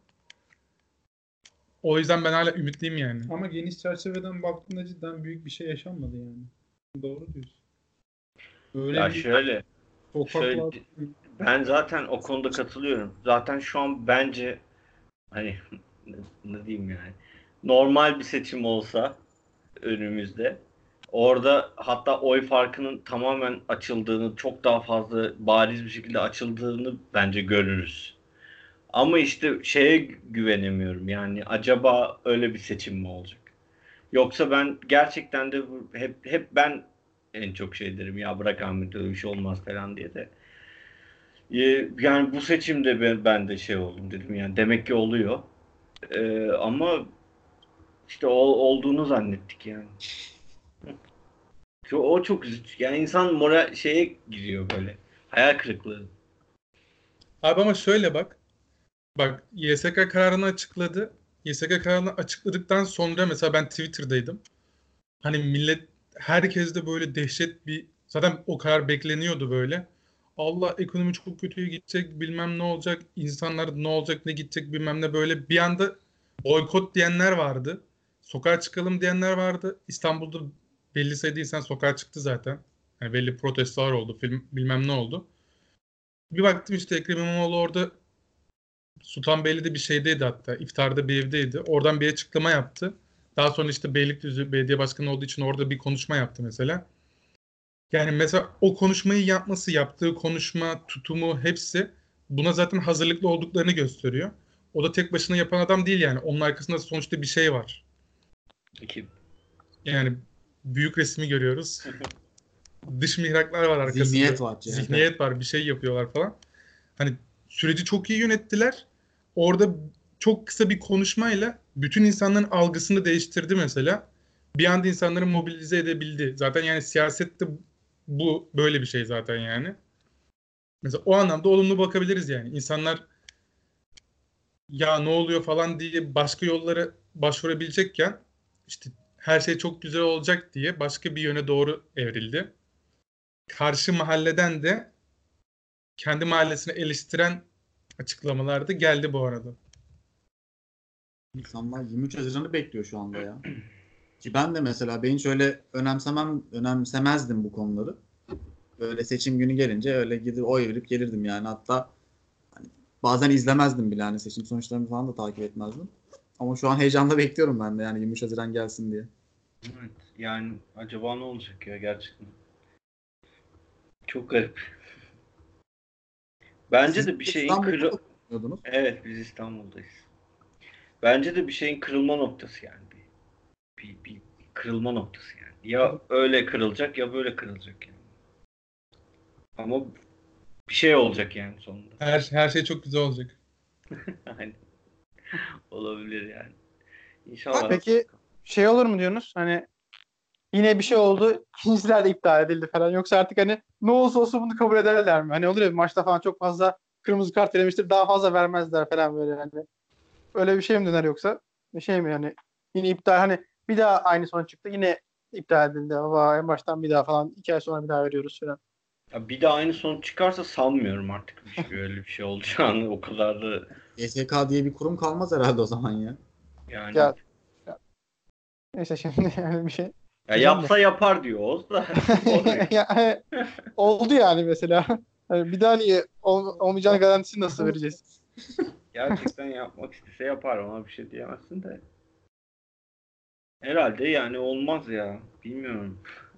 Speaker 5: o yüzden ben hala ümitliyim yani.
Speaker 2: Ama geniş çerçeveden baktığında cidden büyük bir şey yaşanmadı yani. Doğru diyorsun. Öyle
Speaker 1: Ya
Speaker 2: bir
Speaker 1: şöyle.
Speaker 2: Sokaklar.
Speaker 1: Ben zaten o konuda katılıyorum. Zaten şu an bence hani ne diyeyim yani normal bir seçim olsa önümüzde orada hatta oy farkının tamamen açıldığını çok daha fazla bariz bir şekilde açıldığını bence görürüz. Ama işte şeye güvenemiyorum yani acaba öyle bir seçim mi olacak? Yoksa ben gerçekten de hep ben en çok şey derim ya bırak Ahmet öyle bir şey olmaz falan diye de. Yani bu seçimde ben de şey oldum dedim yani demek ki oluyor. Ama işte olduğunu zannettik yani. O çok üzücü. Yani insan moral şeye giriyor böyle. Hayal kırıklığı.
Speaker 5: Abi ama şöyle bak. Bak YSK kararını açıkladı. YSK kararını açıkladıktan sonra mesela ben Twitter'daydım. Hani millet herkeste böyle dehşet bir zaten o karar bekleniyordu böyle. Allah ekonomi çok kötüye gidecek bilmem ne olacak insanlar ne olacak ne gidecek bilmem ne böyle bir anda boykot diyenler vardı. Sokağa çıkalım diyenler vardı. İstanbul'da belli sayıda insan sokağa çıktı zaten. Yani belli protestolar oldu film, bilmem ne oldu. Bir baktım işte Ekrem İmamoğlu orada Sultanbeyli'de bir şeydeydi hatta. İftarda bir evdeydi. Oradan bir açıklama yaptı. Daha sonra işte Beylikdüzü Belediye Başkanı olduğu için orada bir konuşma yaptı mesela. Yani mesela o konuşmayı yapması, yaptığı konuşma, tutumu hepsi buna zaten hazırlıklı olduklarını gösteriyor. O da tek başına yapan adam değil yani. Onun arkasında sonuçta bir şey var.
Speaker 1: İki.
Speaker 5: Yani büyük resmi görüyoruz. Dış mihraklar var arkasında.
Speaker 3: Zihniyet var.
Speaker 5: Zihniyet var. Bir şey yapıyorlar falan. Hani süreci çok iyi yönettiler. Orada çok kısa bir konuşmayla bütün insanların algısını değiştirdi mesela. Bir anda insanları mobilize edebildi. Zaten yani siyasette bu böyle bir şey zaten yani. Mesela o anlamda olumlu bakabiliriz yani. İnsanlar ya ne oluyor falan diye başka yollara başvurabilecekken işte her şey çok güzel olacak diye başka bir yöne doğru evrildi. Karşı mahalleden de kendi mahallesini eleştiren açıklamalar da geldi bu arada.
Speaker 3: İnsanlar 23 Haziran'ı bekliyor şu anda ya. Ki ben de mesela ben hiç öyle önemsemezdim bu konuları. Böyle seçim günü gelince öyle gidip oy verip gelirdim yani. Hatta hani bazen izlemezdim bile hani seçim sonuçlarını falan da takip etmezdim. Ama şu an heyecanla bekliyorum ben de yani 23 Haziran gelsin diye.
Speaker 1: Evet. Yani acaba ne olacak ya gerçekten. Çok garip. Bence
Speaker 3: Siz
Speaker 1: de bir şeyin
Speaker 3: İstanbul'da mı oturuyordunuz?
Speaker 1: Evet biz İstanbul'dayız. Bence de bir şeyin kırılma noktası yani. Bir kırılma noktası yani. Ya öyle kırılacak ya böyle kırılacak yani. Ama bir şey olacak yani sonunda.
Speaker 5: Her şey çok güzel olacak.
Speaker 1: Aynen. Olabilir yani. İnşallah.
Speaker 4: Peki şey olur mu diyorsunuz? Hani yine bir şey oldu. İkinciler de iptal edildi falan. Yoksa artık hani ne olursa olsun bunu kabul ederler mi? Hani olur ya maçta falan çok fazla kırmızı kart verilmiştir. Daha fazla vermezler falan böyle hani. Öyle bir şey mi döner yoksa? Bir şey mi yani? Yine iptal hani bir daha aynı sonuç çıktı. Yine iptal edildi. Vay, en baştan bir daha falan. 2 ay sonra bir daha veriyoruz falan.
Speaker 1: Ya bir de aynı sonuç çıkarsa sanmıyorum artık öyle bir şey olacağını o kadar da
Speaker 3: YSK diye bir kurum kalmaz herhalde o zaman ya.
Speaker 1: yani
Speaker 4: Ya, ya neyse şimdi yani bir şey
Speaker 1: ya
Speaker 4: diyeceğim de.
Speaker 1: yapsa yapar diyor Oğuz da o da
Speaker 4: Ya, oldu yani mesela. Yani bir daha niye olmayacağını garantisini nasıl vereceğiz?
Speaker 1: gerçekten yapmak istese yapar ona bir şey diyemezsin de herhalde yani olmaz ya bilmiyorum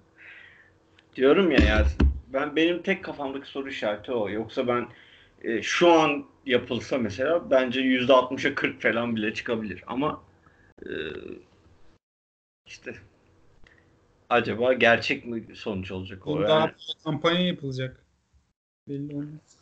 Speaker 1: diyorum ya benim tek kafamdaki soru işareti o yoksa ben şu an yapılsa mesela bence %60'a 40 falan bile çıkabilir ama e, işte acaba gerçek mi sonuç olacak o yani
Speaker 2: Daha kampanya yapılacak. Belli olmaz.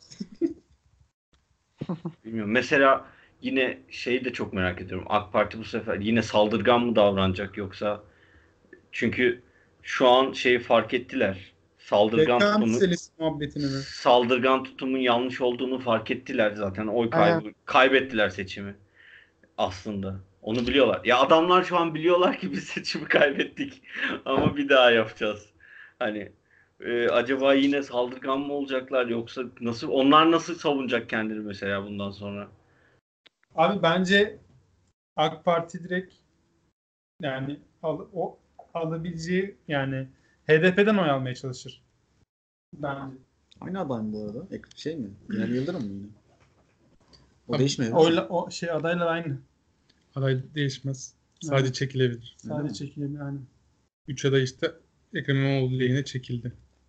Speaker 1: bilmiyorum. Mesela yine şeyi de çok merak ediyorum. AK Parti bu sefer yine saldırgan mı davranacak yoksa çünkü şu an şeyi fark ettiler.
Speaker 2: Zeka meselesi muhabbetini mi?
Speaker 1: Saldırgan tutumun yanlış olduğunu fark ettiler zaten.
Speaker 4: Aynen.
Speaker 1: Kaybettiler seçimi aslında. Onu biliyorlar. Ya adamlar şu an biliyorlar ki biz seçimi kaybettik ama bir daha yapacağız. Hani acaba yine saldırgan mı olacaklar yoksa onlar nasıl savunacak kendini mesela bundan sonra?
Speaker 2: Abi bence AK Parti direkt yani alabileceği yani HDP'den oy almaya çalışır. Bence.
Speaker 3: Aynı aday mı bu arada? Şey mi? Binali Yıldırım mı yine? O
Speaker 5: Tabii.
Speaker 3: değişmiyor. değil mi?
Speaker 2: O adaylar aynı.
Speaker 5: Aday değişmez. Sadece
Speaker 2: Evet.
Speaker 5: çekilebilir.
Speaker 3: Öyle mi?
Speaker 2: Sadece çekilebilir aynı.
Speaker 5: 3 aday işte Ekrem İmamoğlu lehine çekildi.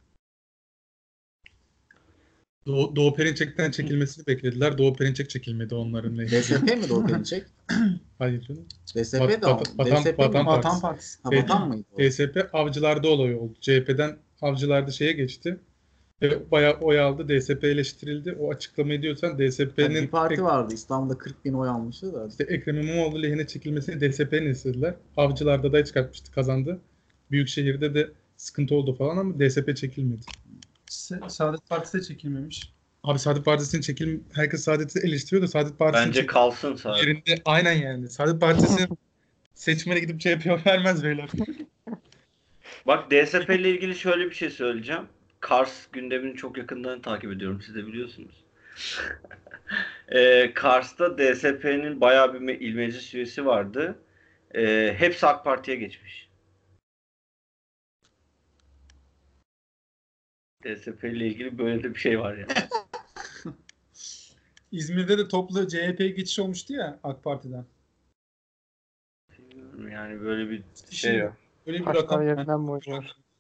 Speaker 5: Doğu Perinçek'ten çekilmesini beklediler. Doğu Perinçek çekilmedi onların lehine.
Speaker 3: DSP mi Doğu Perinçek?
Speaker 5: Hayır canım.
Speaker 3: DSP de DSP mi?
Speaker 5: Vatan
Speaker 2: Vatan
Speaker 5: Partisi.
Speaker 2: Partisi.
Speaker 3: Ha, Vatan mıydı o?
Speaker 5: DSP avcılarda olay oldu. CHP'den avcılarda şeye geçti. Ve bayağı oy aldı. DSP eleştirildi. O açıklamayı diyorsan DSP'nin
Speaker 3: Bir parti vardı İstanbul'da 40.000 oy almıştı da.
Speaker 5: işte Ekrem İmamoğlu lehine çekilmesini DSP'nin istediler. Avcılarda da çıkartmıştı, kazandı. Büyükşehir'de de sıkıntı oldu falan ama DSP çekilmedi.
Speaker 2: Saadet Partisi de çekilmemiş.
Speaker 5: Abi Saadet Partisi'nin herkes Saadet'i eleştiriyor da Saadet Partisi'nin
Speaker 1: Bence kalsın sadece.
Speaker 5: yerinde aynen yani. Saadet Partisi seçmene gidip CHP'ye vermez beyler.
Speaker 1: Bak DSP ile ilgili şöyle bir şey söyleyeceğim. Kars gündemini çok yakından takip ediyorum. Siz de biliyorsunuz. Kars'ta DSP'nin bayağı bir il meclis üyesi vardı. Hepsi AK Parti'ye geçmiş. DSP ile ilgili böyle de bir şey var yani.
Speaker 2: İzmir'de de toplu CHP'ye geçiş olmuştu ya AK Parti'den.
Speaker 1: Yani böyle bir şey yok.
Speaker 2: Öyle bir
Speaker 4: Kaşlar
Speaker 2: rakam.
Speaker 4: yerinden mi oynuyor?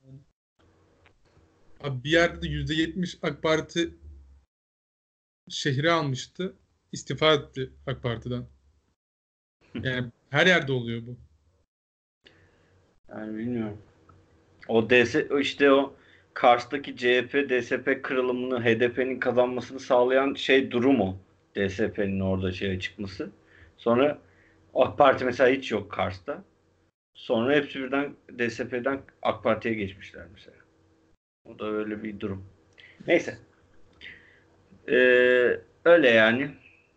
Speaker 5: Abi bir yerde de %70 AK Parti şehri almıştı. İstifa etti AK Parti'den. Yani her yerde oluyor bu.
Speaker 1: Yani bilmiyorum. O Kars'taki CHP, DSP kırılımını, HDP'nin kazanmasını sağlayan durum o. DSP'nin orada çıkması. Sonra AK Parti mesela hiç yok Kars'ta. Sonra hepsi birden DSP'den AK Parti'ye geçmişler mesela. O da öyle bir durum. Neyse. Öyle yani.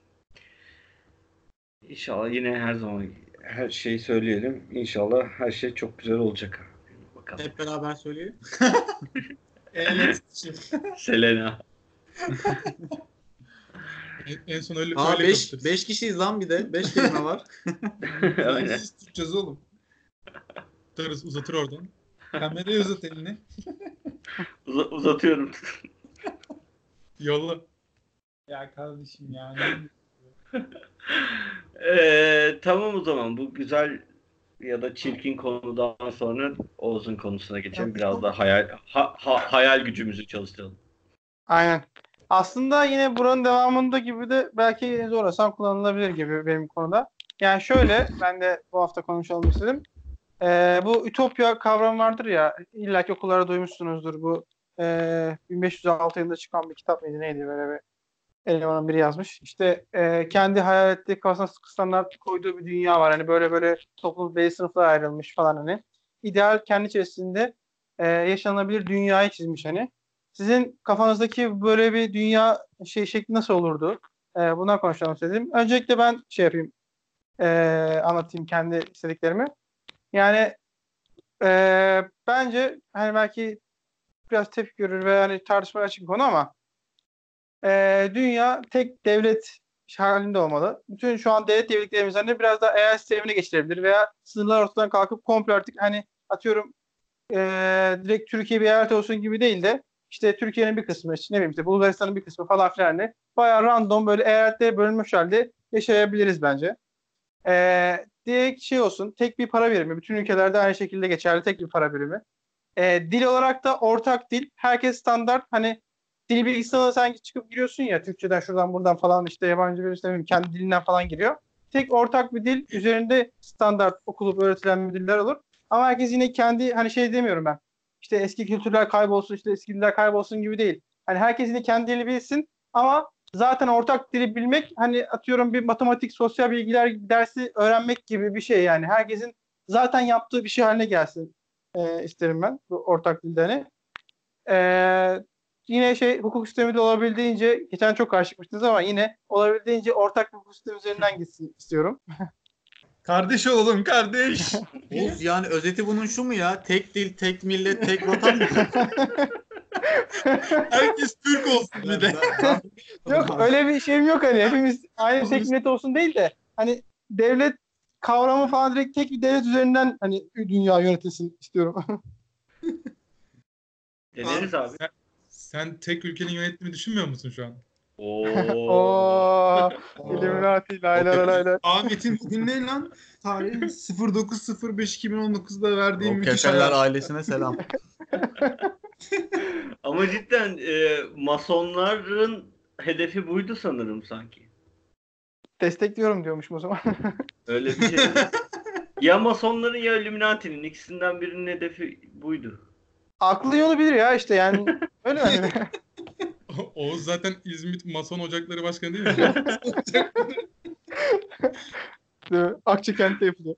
Speaker 1: İnşallah yine her zaman her şeyi söyleyelim. İnşallah her şey çok güzel olacak. Bakalım.
Speaker 3: Hep beraber söyleyelim.
Speaker 2: Evet.
Speaker 1: Selena.
Speaker 5: En son öyle
Speaker 3: 5
Speaker 5: kapatırız.
Speaker 3: kişiyiz lan bir de. 5 kelime var.
Speaker 1: Aynen.
Speaker 2: Biz tutacağız oğlum.
Speaker 5: Tutarız, uzatır oradan.
Speaker 2: Kamerayı uzat elini.
Speaker 1: Uzatıyorum.
Speaker 5: Yolla.
Speaker 2: Ya kardeşim ya.
Speaker 1: Tamam o zaman bu güzel ya da çirkin konudan sonra Oğuz'un konusuna geçelim. Biraz da hayal gücümüzü çalıştıralım.
Speaker 4: Aynen. Aslında yine buranın devamında gibi de belki zorlasam kullanılabilir gibi benim konuda. Yani şöyle, ben de bu hafta konuşalım istedim. Bu ütopya kavramı vardır ya, illaki okullarda duymuşsunuzdur. Bu 1506 yılında çıkan bir kitap mıydı neydi, böyle bir elemanın biri yazmış. İşte kendi hayal ettiği, kafasına standart koyduğu bir dünya var. Hani böyle toplum belli sınıflara ayrılmış falan hani. İdeal kendi içerisinde yaşanabilir dünyayı çizmiş hani. Sizin kafanızdaki böyle bir dünya şekli nasıl olurdu? Bundan konuşalım istedim. Öncelikle ben yapayım. Anlatayım kendi istediklerimi. Yani bence hani belki biraz tepki görür ve hani tartışmaya açık bir konu ama dünya tek devlet halinde olmalı. Bütün şu an devlet devletlerimizden de biraz daha eyalet sistemine geçilebilir veya sınırlar ortadan kalkıp komple artık hani atıyorum direkt Türkiye bir eyalet olsun gibi değil de işte Türkiye'nin bir kısmı, işte ne bileyim işte Bulgaristan'ın bir kısmı falan filan de bayağı random böyle eyaletlere bölünmüş halde yaşayabiliriz bence. Direkt olsun, tek bir para birimi. Bütün ülkelerde aynı şekilde geçerli tek bir para birimi. Dil olarak da ortak dil. Herkes standart. Hani dil bilgisi sınavına sen çıkıp giriyorsun ya, Türkçeden şuradan buradan falan, işte yabancı bir işte kendi dilinden falan giriyor. Tek ortak bir dil üzerinde standart okulup öğretilen bir diller olur. Ama herkes yine kendi hani demiyorum ben. İşte eski kültürler kaybolsun, işte eski diller kaybolsun gibi değil. Hani herkes yine kendi dilini bilsin ama zaten ortak dili bilmek hani atıyorum bir matematik, sosyal bilgiler dersi öğrenmek gibi bir şey yani. Herkesin zaten yaptığı bir şey haline gelsin isterim ben bu ortak dilde hani. Yine hukuk sistemi de olabildiğince, geçen çok karşı çıkmıştınız ama yine olabildiğince ortak bir hukuk sistemi üzerinden gitsin istiyorum.
Speaker 2: Kardeş olalım kardeş.
Speaker 3: Oğuz, yani özeti bunun şu mu ya? Tek dil, tek millet, tek vatan mı?
Speaker 2: Herkes Türk olsun bir de.
Speaker 4: Yok öyle bir şeyim yok hani. Hepimiz aynı tek millet olsun değil de hani devlet kavramı falan direkt tek bir devlet üzerinden hani dünya yönetilsin istiyorum.
Speaker 1: Deneriz abi.
Speaker 5: Sen tek ülkenin yönettiğini düşünmüyor musun şu an?
Speaker 4: Oo, Illuminati, lay lay lay lay.
Speaker 2: Ahmet'in bugün ne lan? Tarihi 09.05.2019'da verdiğim müthiş
Speaker 3: Rockefeller
Speaker 2: hayat.
Speaker 3: ailesine selam.
Speaker 1: Ama cidden masonların hedefi buydu sanırım sanki.
Speaker 4: Destekliyorum diyormuşum o zaman.
Speaker 1: Öyle bir şey. Ya masonların ya Illuminati'nin ikisinden birinin hedefi buydu.
Speaker 4: Aklı yolu bilir ya işte yani. Öyle yani.
Speaker 5: Oğuz zaten İzmit Mason Ocakları Başkanı değil mi?
Speaker 4: Değil mi? Akçakent'te yapılıyor.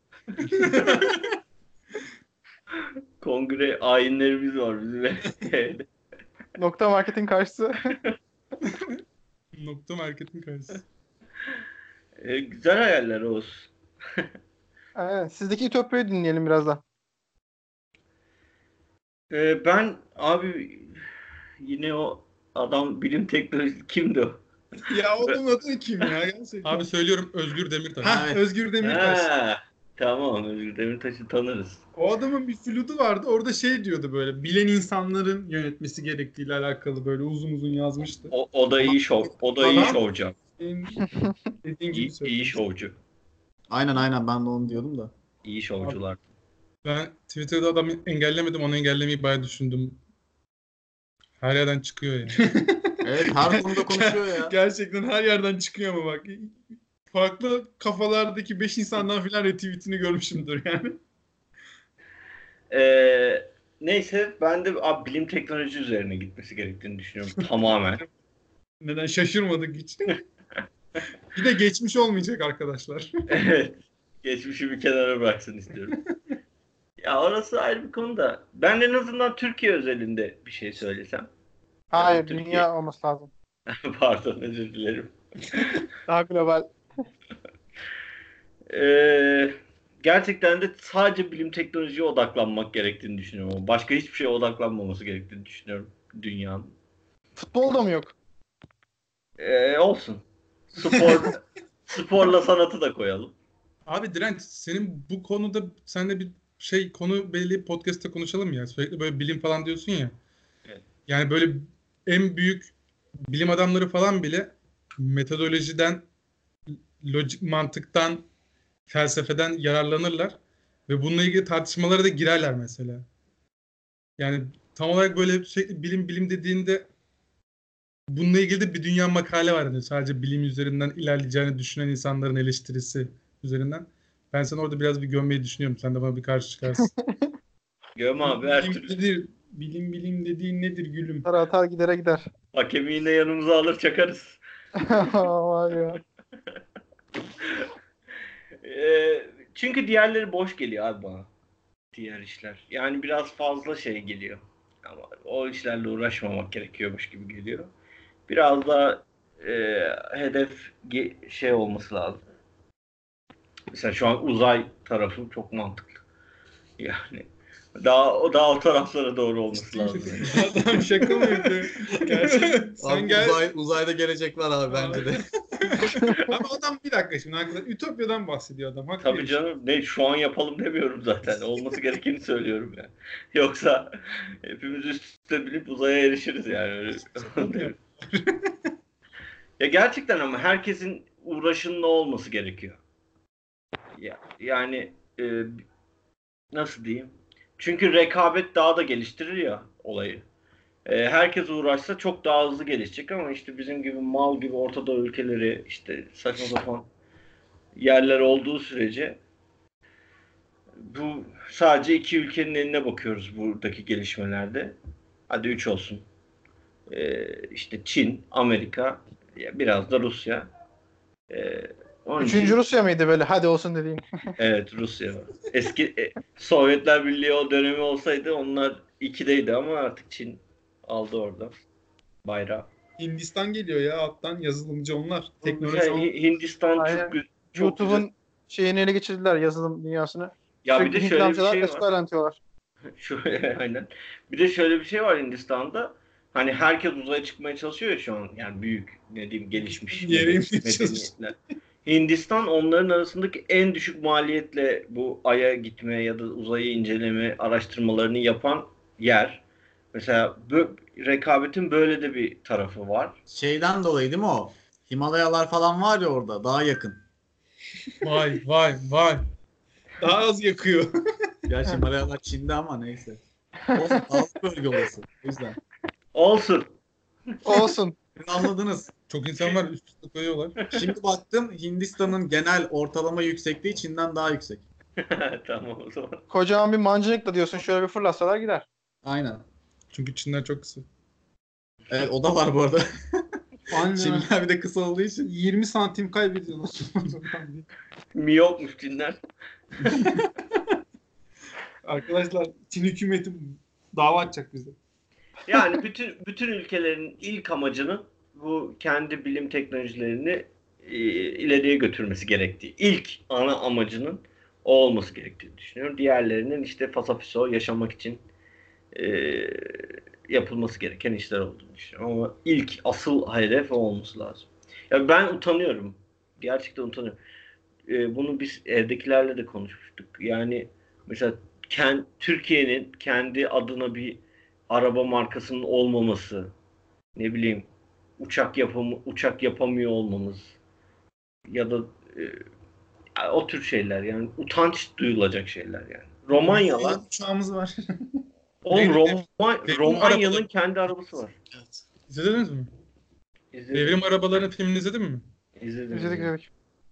Speaker 1: Kongre ayinlerimiz var bizim.
Speaker 4: Nokta Market'in karşısı.
Speaker 5: Nokta Market'in karşısı.
Speaker 1: Güzel hayaller Oğuz.
Speaker 4: Evet, sizdeki Ütopya'yı dinleyelim birazdan.
Speaker 1: Ben abi yine o adam bilim teknoloji kimdi o?
Speaker 2: Ya onun adı kim ya gerçekten?
Speaker 5: Abi söylüyorum, Özgür Demirtaş.
Speaker 2: Ha,
Speaker 3: Evet.
Speaker 2: Özgür Demirtaş.
Speaker 1: Ha, tamam, Özgür Demirtaş'ı tanırız.
Speaker 2: O adamın bir flütü vardı. Orada şey diyordu böyle. Bilen insanların yönetmesi gerektiğiyle alakalı böyle uzun uzun yazmıştı.
Speaker 1: O da iyi şov. O da iyi
Speaker 2: Tamam.
Speaker 1: şovcu.
Speaker 2: Dediğin gibi
Speaker 1: İyi
Speaker 2: söylüyorum.
Speaker 1: şovcu.
Speaker 3: Aynen ben de onu diyordum da.
Speaker 1: İyi şovcular.
Speaker 5: Ben Twitter'da adamı engellemedim, onu engellemeyi bayağı düşündüm. Her yerden çıkıyor ya.
Speaker 3: Evet, her konuda konuşuyor ya.
Speaker 2: Gerçekten her yerden çıkıyor ama bak. Farklı kafalardaki 5 insandan filan retweetini görmüşümdür yani.
Speaker 1: Neyse ben de bilim teknoloji üzerine gitmesi gerektiğini düşünüyorum tamamen.
Speaker 2: Neden şaşırmadık hiç. Bir de geçmiş olmayacak arkadaşlar.
Speaker 1: Evet. Geçmişi bir kenara bıraksın istiyorum. Ya orası ayrı bir konu da. Ben en azından Türkiye özelinde bir şey söylesem.
Speaker 4: Hayır,
Speaker 1: Türkiye.
Speaker 4: dünya olması lazım.
Speaker 1: Pardon, özür dilerim.
Speaker 4: Daha global.
Speaker 1: Gerçekten de sadece bilim teknolojiye odaklanmak gerektiğini düşünüyorum. Ama başka hiçbir şeye odaklanmaması gerektiğini düşünüyorum dünyanın.
Speaker 4: Futbolda mı yok?
Speaker 1: Olsun. Sporla sanatı da koyalım.
Speaker 5: Abi Direnç, senin bu konuda seninle bir konu belli podcast'ta konuşalım ya. Sürekli böyle bilim falan diyorsun ya.
Speaker 1: Evet.
Speaker 5: Yani böyle en büyük bilim adamları falan bile metodolojiden, lojik mantıktan, felsefeden yararlanırlar ve bununla ilgili tartışmalara da girerler mesela. Yani tam olarak böyle sürekli bilim dediğinde bununla ilgili de bir dünya makale var. Yani sadece bilim üzerinden ilerleyeceğini düşünen insanların eleştirisi üzerinden. Ben seni orada biraz bir gömmeyi düşünüyorum. Sen de bana bir karşı çıkarsın.
Speaker 1: Göm abi her
Speaker 2: Bilim
Speaker 1: türlü.
Speaker 2: nedir? Bilim dediğin nedir gülüm?
Speaker 4: Atar atar gidere gider.
Speaker 1: Hakemi yine yanımıza alır çakarız.
Speaker 4: Vay ya.
Speaker 1: Çünkü diğerleri boş geliyor abi bana. Diğer işler. Yani biraz fazla şey geliyor. Ama o işlerle uğraşmamak gerekiyormuş gibi geliyor. Biraz daha hedef şey olması lazım. Mesela şu an uzay tarafı çok mantıklı. Yani daha o taraflara doğru olması lazım.
Speaker 2: Adam şaka mı yapıyor? Gerçekten. Sen
Speaker 3: Abi
Speaker 2: gel.
Speaker 3: uzayda gelecek var abi bence de.
Speaker 2: Ama adam bir dakika şimdi arkadaşlar. Ütopya'dan bahsediyor adam. Haklı
Speaker 1: Tabii
Speaker 2: değil.
Speaker 1: canım. Ne şu an yapalım demiyorum zaten. Olması gerekeni söylüyorum yani. Yoksa hepimiz üst üste bilip uzaya erişiriz yani. Öyle. Ya gerçekten ama herkesin uğraşının olması gerekiyor. Yani nasıl diyeyim? Çünkü rekabet daha da geliştirir ya olayı. Herkes uğraşsa çok daha hızlı gelişecek ama işte bizim gibi mal gibi Orta Doğu ülkeleri işte saçma sapan yerler olduğu sürece bu sadece iki ülkenin eline bakıyoruz buradaki gelişmelerde. Hadi 3 olsun. İşte Çin, Amerika, biraz da Rusya. Onun için-
Speaker 4: Üçüncü Rusya mıydı böyle hadi olsun dediğin?
Speaker 1: Evet, Rusya. Eski Sovyetler Birliği o dönemi olsaydı onlar 2'deydi ama artık Çin aldı orada bayrağı.
Speaker 2: Hindistan geliyor ya alttan yazılımcı onlar. Teknoloji
Speaker 1: Güzel,
Speaker 2: onlar.
Speaker 1: Hindistan
Speaker 4: Aynen.
Speaker 1: çok güzel.
Speaker 4: YouTube'un şeyini ele geçirdiler yazılım dünyasını.
Speaker 1: Ya bir
Speaker 4: Sürekli
Speaker 1: de
Speaker 4: Hintli
Speaker 1: şöyle bir
Speaker 4: amcalar
Speaker 1: şey var.
Speaker 4: SQL anlatıyorlar.
Speaker 1: Aynen. Bir de şöyle bir şey var Hindistan'da. Hani herkes uzaya çıkmaya çalışıyor ya şu an. Yani büyük, ne diyeyim, gelişmiş
Speaker 2: Yere inmeye
Speaker 1: medeniyetler. Hindistan onların arasındaki en düşük maliyetle bu Ay'a gitme ya da uzayı inceleme araştırmalarını yapan yer. Mesela rekabetin böyle de bir tarafı var.
Speaker 3: Şeyden dolayı değil mi o? Himalayalar falan var ya orada daha yakın.
Speaker 5: Vay vay vay.
Speaker 2: Daha az yakıyor.
Speaker 3: Gerçi Himalayalar Çin'de ama neyse. Olsun dağlık bölge orası. O yüzden.
Speaker 1: Olsun.
Speaker 4: Olsun.
Speaker 3: Siz anladınız.
Speaker 5: Çok insan var üst üste koyuyorlar.
Speaker 3: Şimdi baktım Hindistan'ın genel ortalama yüksekliği Çin'den daha yüksek.
Speaker 1: Tamam o zaman.
Speaker 4: Kocaman bir mancınıkla diyorsun şöyle bir fırlatsalar gider.
Speaker 3: Aynen.
Speaker 5: Çünkü Çinler çok kısa.
Speaker 3: Evet o da var bu arada.
Speaker 2: Aynen.
Speaker 3: Çinliler bir de kısa olduğu için.
Speaker 2: 20 santim kaybediyorsun.
Speaker 1: Miyopmuş Çinler.
Speaker 2: Arkadaşlar Çin hükümeti dava açacak bize.
Speaker 1: Yani bütün ülkelerin ilk amacının bu kendi bilim teknolojilerini ileriye götürmesi gerektiği. İlk ana amacının o olması gerektiğini düşünüyorum. Diğerlerinin işte fasafiso yaşamak için yapılması gereken işler olduğunu düşünüyorum. Ama ilk asıl hedef o olması lazım. Ya ben utanıyorum. Gerçekten utanıyorum. Bunu biz evdekilerle de konuşmuştuk. Yani mesela Türkiye'nin kendi adına bir araba markasının olmaması, ne bileyim uçak yapamıyor olmamız ya da o tür şeyler yani utanç duyulacak şeyler yani. Romanyalar,
Speaker 2: Uçağımız var.
Speaker 1: oğlum
Speaker 5: Devrim
Speaker 1: Romanya'nın
Speaker 5: arabaları.
Speaker 1: kendi arabası var.
Speaker 3: Evet.
Speaker 5: İzlediniz mi?
Speaker 1: İzledim.
Speaker 5: Devrim arabalarının filmini izledin mi?
Speaker 1: İzledim.
Speaker 4: İzledik.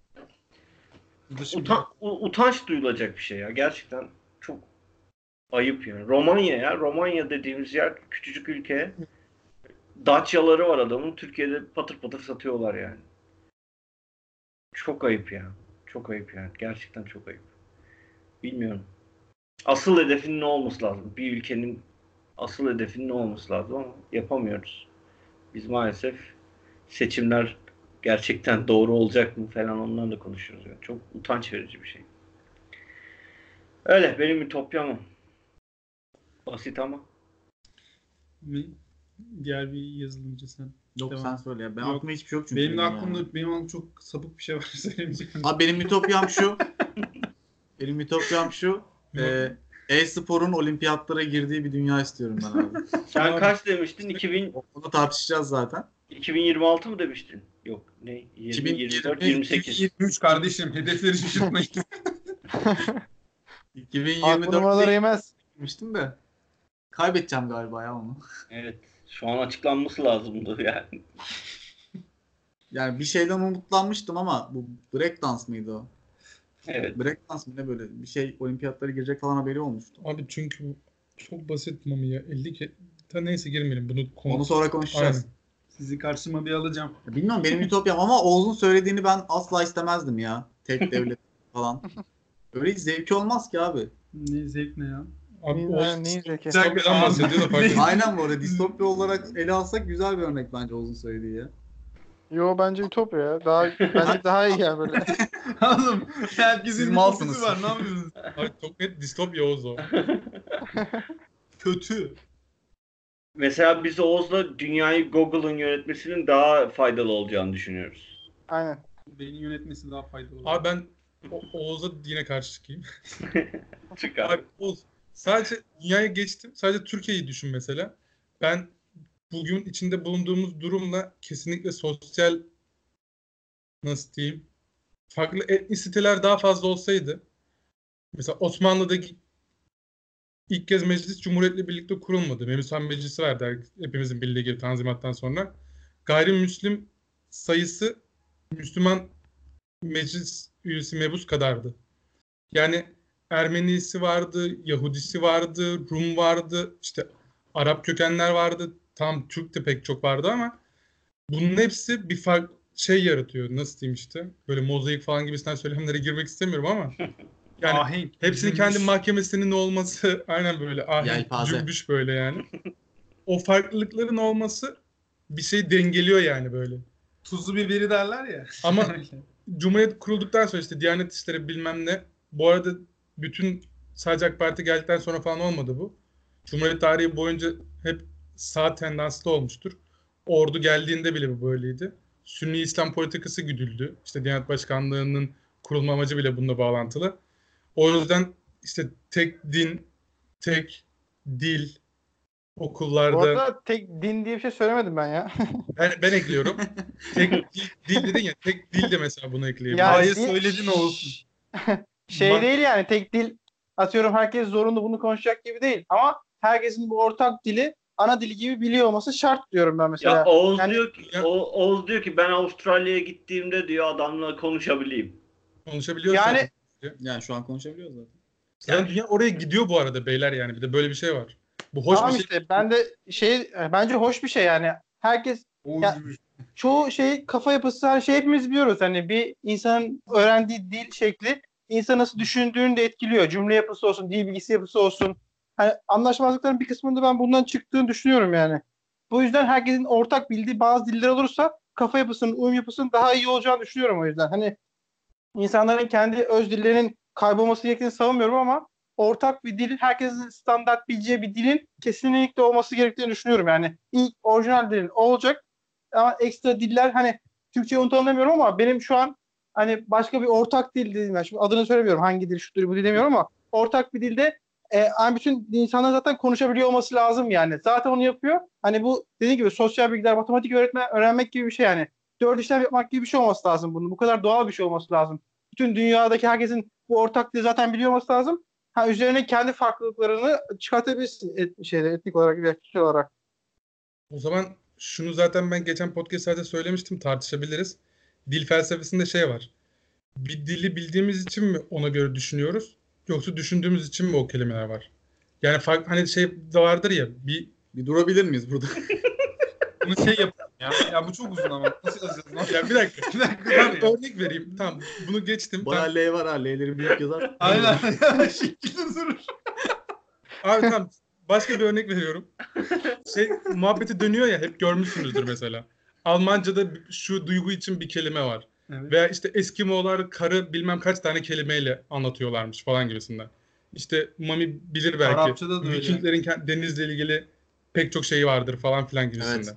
Speaker 1: Utanç duyulacak bir şey ya. Gerçekten çok ayıp yani. Romanya dediğimiz yer küçücük ülke. Dacia'ları var adamın. Türkiye'de patır patır satıyorlar yani. Çok ayıp ya. Çok ayıp yani. Gerçekten çok ayıp. Bilmiyorum. Asıl hedefinin ne olması lazım? Bir ülkenin asıl hedefinin ne olması lazım ama yapamıyoruz. Biz maalesef seçimler gerçekten doğru olacak mı falan onlarla konuşuyoruz. Yani. Çok utanç verici bir şey. Öyle benim ütopyam o. Basit ama.
Speaker 2: Diğer bir yazılımcı sen.
Speaker 3: Yok
Speaker 2: Devam.
Speaker 3: sen söyle ya. Ben
Speaker 2: Yok.
Speaker 3: aklımda hiçbir şey yok çünkü.
Speaker 2: Benim de
Speaker 3: yani.
Speaker 2: aklımda çok sapık bir şey var söylemeyeceğim.
Speaker 3: Abi benim ütopyam şu. Benim ütopyam şu. E-sporun olimpiyatlara girdiği bir dünya istiyorum ben abi.
Speaker 1: Sen
Speaker 5: Abi.
Speaker 1: kaç demiştin?
Speaker 3: Onu tartışacağız zaten.
Speaker 1: 2026 mı demiştin? Yok ne? 2024, 28.
Speaker 2: 23 kardeşim hedefleri şaşırtmayın.
Speaker 3: 2024'te
Speaker 4: numaraları yemez.
Speaker 3: girmiştim de. Kaybedeceğim galiba ya onu.
Speaker 1: Evet. Şu an açıklanması lazımdı yani.
Speaker 3: Yani bir şeyden umutlanmıştım ama bu breakdance mıydı o?
Speaker 1: Evet.
Speaker 3: Breakdance mı ne böyle bir şey olimpiyatlara girecek falan haberi olmuştu.
Speaker 5: Abi çünkü çok basit Mami ya. 50 ke... Neyse girmeyelim.
Speaker 3: Onu sonra konuşacağız.
Speaker 5: Aynen.
Speaker 2: Sizi karşıma bir alacağım.
Speaker 3: Ya bilmiyorum benim ütopyam ama Oğuz'un söylediğini ben asla istemezdim ya. Tek devlet falan. Öyle hiç zevki olmaz ki abi.
Speaker 2: Ne zevk ne ya.
Speaker 5: Abi o
Speaker 4: Neyin zeki?
Speaker 5: distopyadan bahsediyor da farklı.
Speaker 3: Aynen bu arada distopya olarak ele alsak güzel bir örnek bence Oğuz'un söylediği ya.
Speaker 4: Yo bence Ütopya ya. Bence daha iyi yani böyle.
Speaker 2: Oğlum herkesin
Speaker 3: Siz
Speaker 2: bir
Speaker 3: malsınız.
Speaker 2: kokusu var ne yapıyorsunuz?
Speaker 5: Abi çok net distopya o.
Speaker 2: Kötü.
Speaker 1: Mesela biz Oğuz'la dünyayı Google'ın yönetmesinin daha faydalı olacağını düşünüyoruz.
Speaker 4: Aynen.
Speaker 2: Beynin yönetmesi daha faydalı.
Speaker 5: Abi ben Oğuz'a yine karşı çıkayım.
Speaker 1: Çıkar.
Speaker 5: Abi Oğuz sadece dünyaya geçtim. Sadece Türkiye'yi düşün mesela. Ben bugün içinde bulunduğumuz durumla kesinlikle sosyal nasıl diyeyim farklı etnisiteler daha fazla olsaydı mesela Osmanlı'daki ilk kez meclis Cumhuriyet'le birlikte kurulmadı. Memusan Meclisi verdi hepimizin bildiği gibi Tanzimat'tan sonra. Gayrimüslim sayısı Müslüman meclis üyesi mebus kadardı. Yani Ermenisi vardı, Yahudisi vardı, Rum vardı, işte Arap kökenler vardı. Tam Türk de pek çok vardı ama bunun hepsi bir farklı şey yaratıyor. Nasıl diyeyim işte? Böyle mozaik falan gibisinden söylemlere girmek istemiyorum ama yani
Speaker 2: Ahenk.
Speaker 5: hepsinin
Speaker 2: cümbüş.
Speaker 5: kendi mahkemesinin olması aynen böyle ahenk,
Speaker 3: Yelpaze.
Speaker 5: cümbüş böyle yani. O farklılıkların olması bir şey dengeliyor yani böyle.
Speaker 2: Tuzlu biberi derler ya.
Speaker 5: Ama Cumhuriyet kurulduktan sonra işte Diyanet İşleri bilmem ne. Bu arada bütün sadece AK Parti geldikten sonra falan olmadı bu. Cumhuriyet tarihi boyunca hep sağ tendanslı olmuştur. Ordu geldiğinde bile bu böyleydi. Sünni İslam politikası güdüldü. İşte Diyanet Başkanlığı'nın kurulma amacı bile bununla bağlantılı. O yüzden işte tek din, tek dil,
Speaker 4: Bu
Speaker 5: okullarda
Speaker 4: arada tek din diye bir şey söylemedim ben ya.
Speaker 5: ben ekliyorum. Tek dil dedin ya, tek dil de mesela bunu ekleyebiliriz.
Speaker 4: Yani
Speaker 2: Hayır,
Speaker 4: dil-
Speaker 2: söyledin olsun.
Speaker 4: Şey değil yani, tek dil atıyorum herkes zorunlu bunu konuşacak gibi değil. Ama herkesin bu ortak dili ana dili gibi biliyor olması şart diyorum ben
Speaker 1: Ya
Speaker 4: mesela.
Speaker 1: Oğuz
Speaker 4: Yani
Speaker 1: diyor ki Oğuz diyor ki ben Avustralya'ya gittiğimde diyor adamla konuşabileyim.
Speaker 5: Konuşabiliyoruz
Speaker 4: Yani-
Speaker 5: zaten.
Speaker 3: Yani şu an konuşabiliyoruz zaten.
Speaker 5: Zaten dünya oraya gidiyor bu arada beyler yani. Bir de böyle bir şey var. Bu hoş
Speaker 4: tamam
Speaker 5: bir şey.
Speaker 4: işte ben de bence hoş bir şey yani. Herkes ya, çoğu şey kafa yapısı, her şey hepimiz biliyoruz. Hani bir insanın öğrendiği dil şekli insan nasıl düşündüğünü de etkiliyor. Cümle yapısı olsun, dil bilgisi yapısı olsun. Hani anlaşmazlıkların bir kısmında ben bundan çıktığını düşünüyorum yani. Bu yüzden herkesin ortak bildiği bazı diller olursa kafa yapısının, uyum yapısının daha iyi olacağını düşünüyorum o yüzden. Hani insanların kendi öz dillerinin kaybolması gerektiğini savunmuyorum ama ortak bir dilin, herkesin standart bileceği bir dilin kesinlikle olması gerektiğini düşünüyorum. Yani ilk orijinal dilin o olacak ama ekstra diller, hani Türkçeyi unutalım demiyorum ama benim şu an hani başka bir ortak dil dedim. Yani şimdi adını söylemiyorum, hangi dil şudur bu dil demiyorum ama ortak bir dilde hani bütün insanlar zaten konuşabiliyor olması lazım yani. Zaten onu yapıyor. Hani bu dediğim gibi sosyal bilgiler, matematik öğrenmek gibi bir şey yani. 4 işlem yapmak gibi bir şey olması lazım bunun. Bu kadar doğal bir şey olması lazım. Bütün dünyadaki herkesin bu ortak dili zaten biliyor olması lazım. Ha, üzerine kendi farklılıklarını çıkartabilirsin etnik olarak ve kişi olarak.
Speaker 5: O zaman şunu zaten ben geçen podcastlerde söylemiştim, tartışabiliriz. Dil felsefesinde şey var. Bir dili bildiğimiz için mi ona göre düşünüyoruz? Yoksa düşündüğümüz için mi o kelimeler var? Yani hani şey de vardır ya,
Speaker 3: Bir durabilir miyiz burada?
Speaker 2: Bunu şey yapalım ya. Ya bu çok uzun ama. Nasıl yazacağız lan?
Speaker 5: ya bir dakika.
Speaker 2: Bir dakika
Speaker 5: Ben
Speaker 2: dur ya.
Speaker 5: örnek vereyim. Tamam, bunu geçtim.
Speaker 3: Bayağı
Speaker 5: Tamam.
Speaker 3: L var ha. L'leri büyük yazar.
Speaker 2: Aynen. Şekilde durur.
Speaker 5: Abi tamam. Başka bir örnek veriyorum. Muhabbeti dönüyor ya, hep görmüşsünüzdür mesela. Almanca'da şu duygu için bir kelime var.
Speaker 2: Evet.
Speaker 5: Veya işte Eskimolar karı bilmem kaç tane kelimeyle anlatıyorlarmış falan gibisinden. İşte Mami bilir belki.
Speaker 2: Arapçada da öyle.
Speaker 5: Vikinglerin denizle ilgili pek çok şeyi vardır falan filan gibisinden.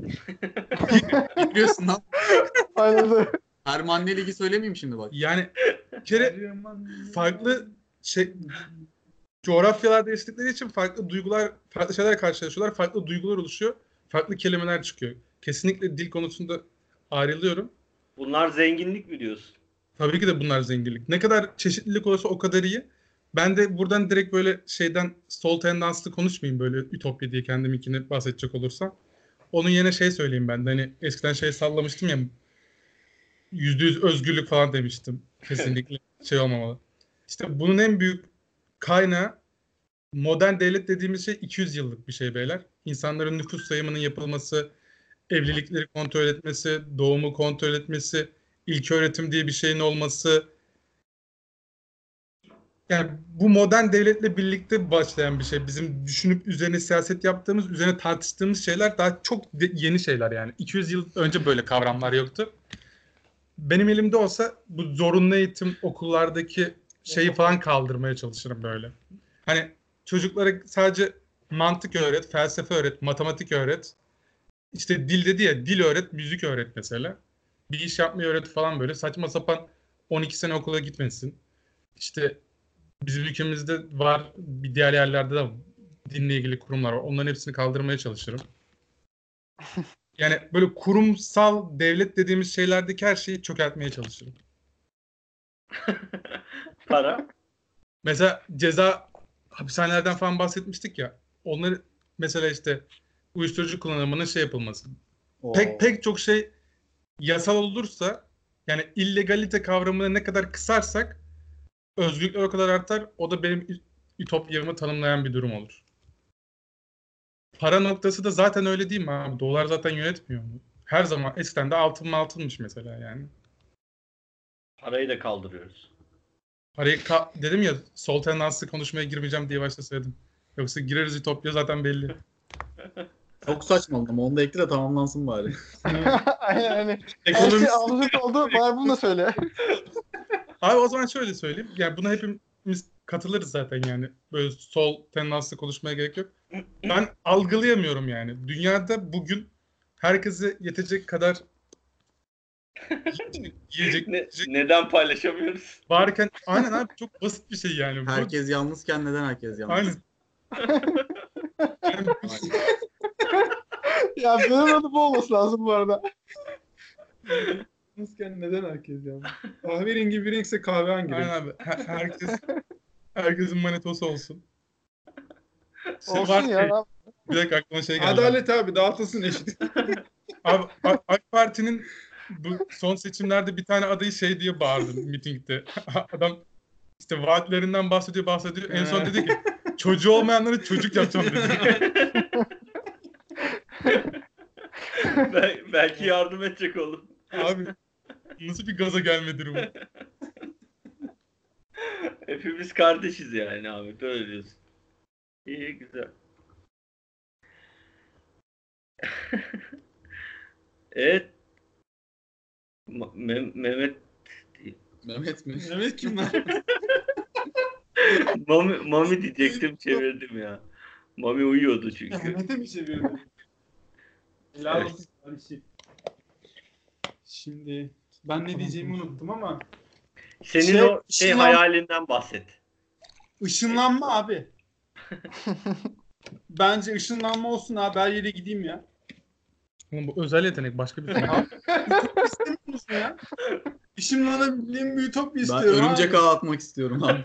Speaker 3: Biliyorsun lan.
Speaker 4: Aynen öyle.
Speaker 3: Hermanne Ligi söylemeyeyim şimdi bak.
Speaker 5: Yani bir kere farklı coğrafyalarda yaşadıkları için farklı duygular, farklı şeyler karşılaşıyorlar. Farklı duygular oluşuyor. Farklı kelimeler çıkıyor. Kesinlikle dil konusunda ayrılıyorum.
Speaker 1: Bunlar zenginlik mi diyorsun?
Speaker 5: Tabii ki de bunlar zenginlik. Ne kadar çeşitlilik olursa o kadar iyi. Ben de buradan direkt böyle şeyden sol tendanslı konuşmayayım, böyle ütopya diye kendiminkini bahsedecek olursam. Onun yerine şey söyleyeyim ben de, hani eskiden şey sallamıştım ya, %100 özgürlük falan demiştim. Kesinlikle şey olmamalı. İşte bunun en büyük kaynağı modern devlet dediğimiz şey 200 yıllık bir şey beyler. İnsanların nüfus sayımının yapılması, evlilikleri kontrol etmesi, doğumu kontrol etmesi, ilköğretim diye bir şeyin olması. Yani bu modern devletle birlikte başlayan bir şey. Bizim düşünüp üzerine siyaset yaptığımız, üzerine tartıştığımız şeyler daha çok yeni şeyler yani. 200 yıl önce böyle kavramlar yoktu. Benim elimde olsa bu zorunlu eğitim okullardaki şeyi falan kaldırmaya çalışırım böyle. Hani çocuklara sadece mantık öğret, felsefe öğret, matematik öğret. İşte dil dedi ya, dil öğret, müzik öğret mesela. Bir iş yapmayı öğret falan böyle. Saçma sapan 12 sene okula gitmesin. İşte bizim ülkemizde var, bir diğer yerlerde de dinle ilgili kurumlar var. Onların hepsini kaldırmaya çalışırım. Yani böyle kurumsal devlet dediğimiz şeylerdeki her şeyi çökertmeye çalışırım.
Speaker 1: Para.
Speaker 5: Mesela ceza hapishanelerden falan bahsetmiştik ya. Onları mesela işte uyuşturucu kullanımının şey yapılması. Pek çok şey yasal olursa, yani illegalite kavramını ne kadar kısarsak özgürlükler o kadar artar. O da benim ütopyamı tanımlayan bir durum olur. Para noktası da zaten öyle değil mi abi? Dolar zaten yönetmiyor mu? Her zaman eskiden de altınmış mesela yani.
Speaker 1: Parayı da kaldırıyoruz.
Speaker 5: Parayı dedim ya, sol tendanslı konuşmaya girmeyeceğim diye başta söyledim. Yoksa gireriz, ütopya zaten belli.
Speaker 3: Çok saçmaladım ama onu da ekle de tamamlansın bari.
Speaker 4: Aynen hani. Her şey
Speaker 5: Ekonomist.
Speaker 4: absürt oldu. Bari bunu da söyle.
Speaker 5: Abi o zaman şöyle söyleyeyim. Yani buna hepimiz katılırız zaten yani. Böyle sol tendanslı konuşmaya gerek yok. Ben algılayamıyorum yani. Dünyada bugün herkese yetecek kadar yiyecek
Speaker 1: Neden paylaşamıyoruz?
Speaker 5: varken, aynen abi, çok basit bir şey yani bu.
Speaker 3: Herkes yalnızken neden herkes yalnız?
Speaker 5: Aynen.
Speaker 4: Ya benim adı bu olması lazım bu arada.
Speaker 2: Nasılken neden herkes ya? Kahverengi bir renkse kahve hangi
Speaker 5: Aynen
Speaker 2: renk?
Speaker 5: abi. Herkesin manitosu olsun.
Speaker 4: Olsun
Speaker 5: Var
Speaker 4: ya.
Speaker 5: Bir dakika aklıma şey geldi.
Speaker 2: Adalet abi dağıtılsın eşit.
Speaker 5: Abi AK Parti'nin bu son seçimlerde bir tane adayı şey diye bağırdı mitingde. Adam işte vaatlerinden bahsediyor. En son dedi ki çocuğu olmayanlara çocuk yapacağım dedi.
Speaker 1: Belki yardım edecek oğlum.
Speaker 5: Abi nasıl bir gaza gelme durumu.
Speaker 1: Hepimiz kardeşiz yani abi. Böyle diyorsun. İyi güzel. Evet. Mehmet
Speaker 3: Mehmet mi?
Speaker 2: Mehmet kim lan?
Speaker 1: Mami diyecektim çevirdim ya. Mami uyuyordu çünkü.
Speaker 2: Mehmet'e mi çevirdin? Helal olsun kardeşim. Şimdi ben ne diyeceğimi unuttum ama
Speaker 1: Senin o hayalinden bahset.
Speaker 2: ışınlanma abi. Bence ışınlanma olsun abi, her yere gideyim ya.
Speaker 5: Oğlum bu özel yetenek başka bir şey.
Speaker 2: Ütopya istemiyor musun ya? Işınlanabildiğim bir ütopya
Speaker 3: Ben
Speaker 2: istiyorum
Speaker 3: örümcek
Speaker 2: abi.
Speaker 3: ağı atmak istiyorum abi.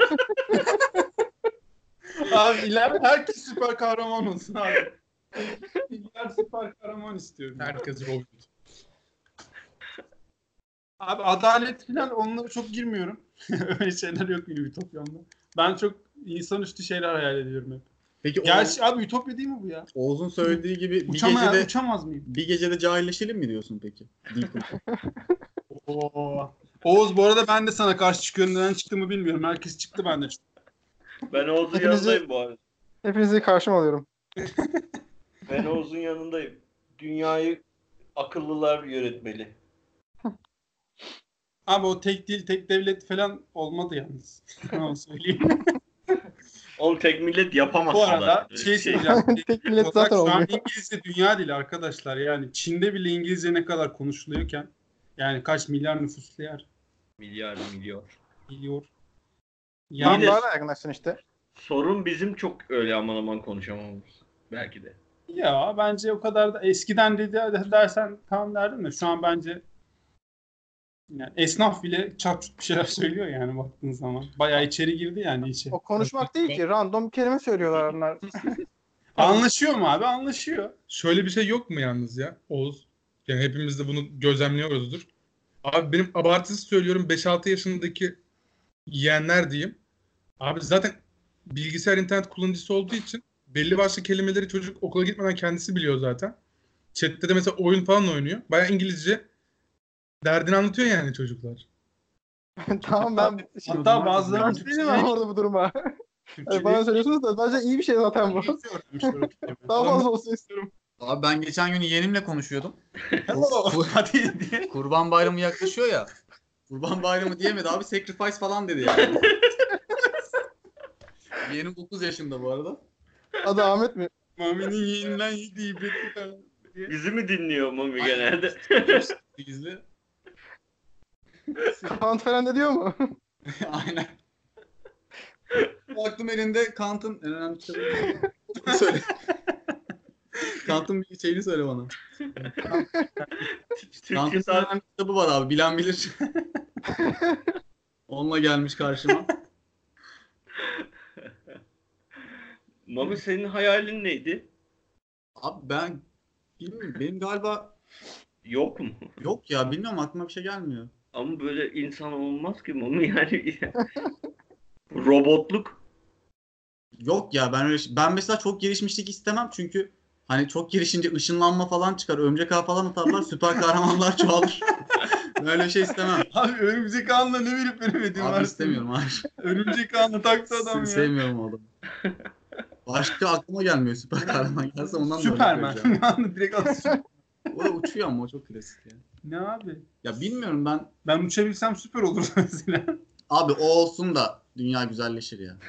Speaker 2: Abi ileride herkes süper kahraman olsun abi. İleride süper kahraman istiyorum.
Speaker 5: Herkes Robin.
Speaker 2: Abi adalet falan, onlara çok girmiyorum. Öyle şeyler yok benim Ütopya'mda. Ben çok insanüstü şeyler hayal ediyorum hep.
Speaker 3: Peki
Speaker 2: Gerçi abi Ütopya değil mi bu ya?
Speaker 3: Oğuz'un söylediği gibi
Speaker 2: Uçamaz mıyım?
Speaker 3: bir gecede cahilleşelim mi diyorsun peki?
Speaker 2: Oo. Oğuz, bu arada ben de sana karşı çıkıyorum. Neden çıktığımı bilmiyorum. Herkes çıktı, ben de çıktım.
Speaker 1: Ben Oğuz'un
Speaker 4: Hepinizi-
Speaker 1: yanındayım bu arada.
Speaker 4: Hepinizi karşıma alıyorum.
Speaker 1: Ben Oğuz'un yanındayım. Dünyayı akıllılar yönetmeli.
Speaker 2: Abi o tek dil, tek devlet falan olmadı yalnız. Onu söyleyeyim.
Speaker 1: Oğlum tek millet yapamaz.
Speaker 2: Bu arada şey söyleyeceğim.
Speaker 4: Tek millet zaten
Speaker 2: Şu an
Speaker 4: olmuyor.
Speaker 2: İngilizce dünya dili arkadaşlar. Yani Çin'de bile İngilizce ne kadar konuşuluyorken, yani kaç milyar nüfuslu yer
Speaker 1: Milyar.
Speaker 2: biliyor.
Speaker 4: Tam
Speaker 1: de-
Speaker 4: daha da yakınlaşsın işte.
Speaker 1: Sorun bizim çok öyle aman aman konuşamamız. Belki de.
Speaker 2: Ya bence o kadar da eskiden dersen tamam derdim de şu an bence yani esnaf bile çat bir şeyler söylüyor yani baktığın zaman. Bayağı içeri girdi yani içe.
Speaker 4: O konuşmak değil ki. Random bir kelime söylüyorlar onlar.
Speaker 2: Anlaşıyor mu abi? Anlaşıyor.
Speaker 5: Şöyle bir şey yok mu yalnız ya Oğuz? Yani hepimiz de bunu gözlemliyoruzdur. Abi benim abartısız söylüyorum 5-6 yaşındaki yeğenler diyeyim. Abi zaten bilgisayar internet kullanıcısı olduğu için belli başlı kelimeleri çocuk okula gitmeden kendisi biliyor zaten. Chat'te de mesela oyun falan oynuyor. Bayağı İngilizce derdini anlatıyor yani çocuklar.
Speaker 4: Tamam ben
Speaker 2: Hatta bazıları
Speaker 4: karşı değilim ben orada bu duruma. Hani bana söylüyorsunuz da bence iyi bir şey zaten bu. Daha fazla olsun istiyorum.
Speaker 3: Abi ben geçen gün yeğenimle konuşuyordum.
Speaker 2: Hadi diye.
Speaker 3: Kurban Bayramı yaklaşıyor ya. Kurban Bayramı diyemedi abi, sacrifice falan dedi yani. Yeğenim 9 yaşında bu arada.
Speaker 4: Adı Ahmet mi?
Speaker 2: Mami'nin yeğeninden yediği ibretli falan.
Speaker 1: Bizi mi dinliyor Mami genelde?
Speaker 3: Gizli.
Speaker 4: Kant falan ne diyor mu?
Speaker 3: Aynen. Baktım elinde Kant'ın en önemli kitabını söyle. Kant'ın bir şeyini söyle bana. Kant'ın
Speaker 1: Türkçe
Speaker 3: en önemli kitabı var abi, bilen bilir. Onunla gelmiş karşıma.
Speaker 1: Mami senin hayalin neydi?
Speaker 3: Abi ben bilmiyorum, benim galiba
Speaker 1: Yok mu?
Speaker 3: yok ya, bilmiyorum, aklıma bir şey gelmiyor.
Speaker 1: Ama böyle insan olmaz ki Mami yani. Robotluk.
Speaker 3: Yok ya, ben mesela çok gelişmişlik istemem çünkü hani çok gelişince ışınlanma falan çıkar, örümcek ağ falan atarlar, süper kahramanlar çoğalır. Böyle bir şey istemem.
Speaker 2: Abi örümcek ağına ne verip veremediğin
Speaker 3: Abi
Speaker 2: var.
Speaker 3: istemiyorum abi.
Speaker 2: Örümcek ağına taktı adam ya.
Speaker 3: Sevmiyorum o adamı. Başka aklıma gelmiyor, süper kahraman gelse ondan da
Speaker 2: Süperman.
Speaker 3: örnek vereceğim.
Speaker 2: Yani direkt aslında.
Speaker 3: O da uçuyor ama o çok klasik ya.
Speaker 2: Ne abi?
Speaker 3: Ya bilmiyorum ben.
Speaker 2: Ben uçabilsem süper olur mesela.
Speaker 3: Abi o olsun da dünya güzelleşir ya.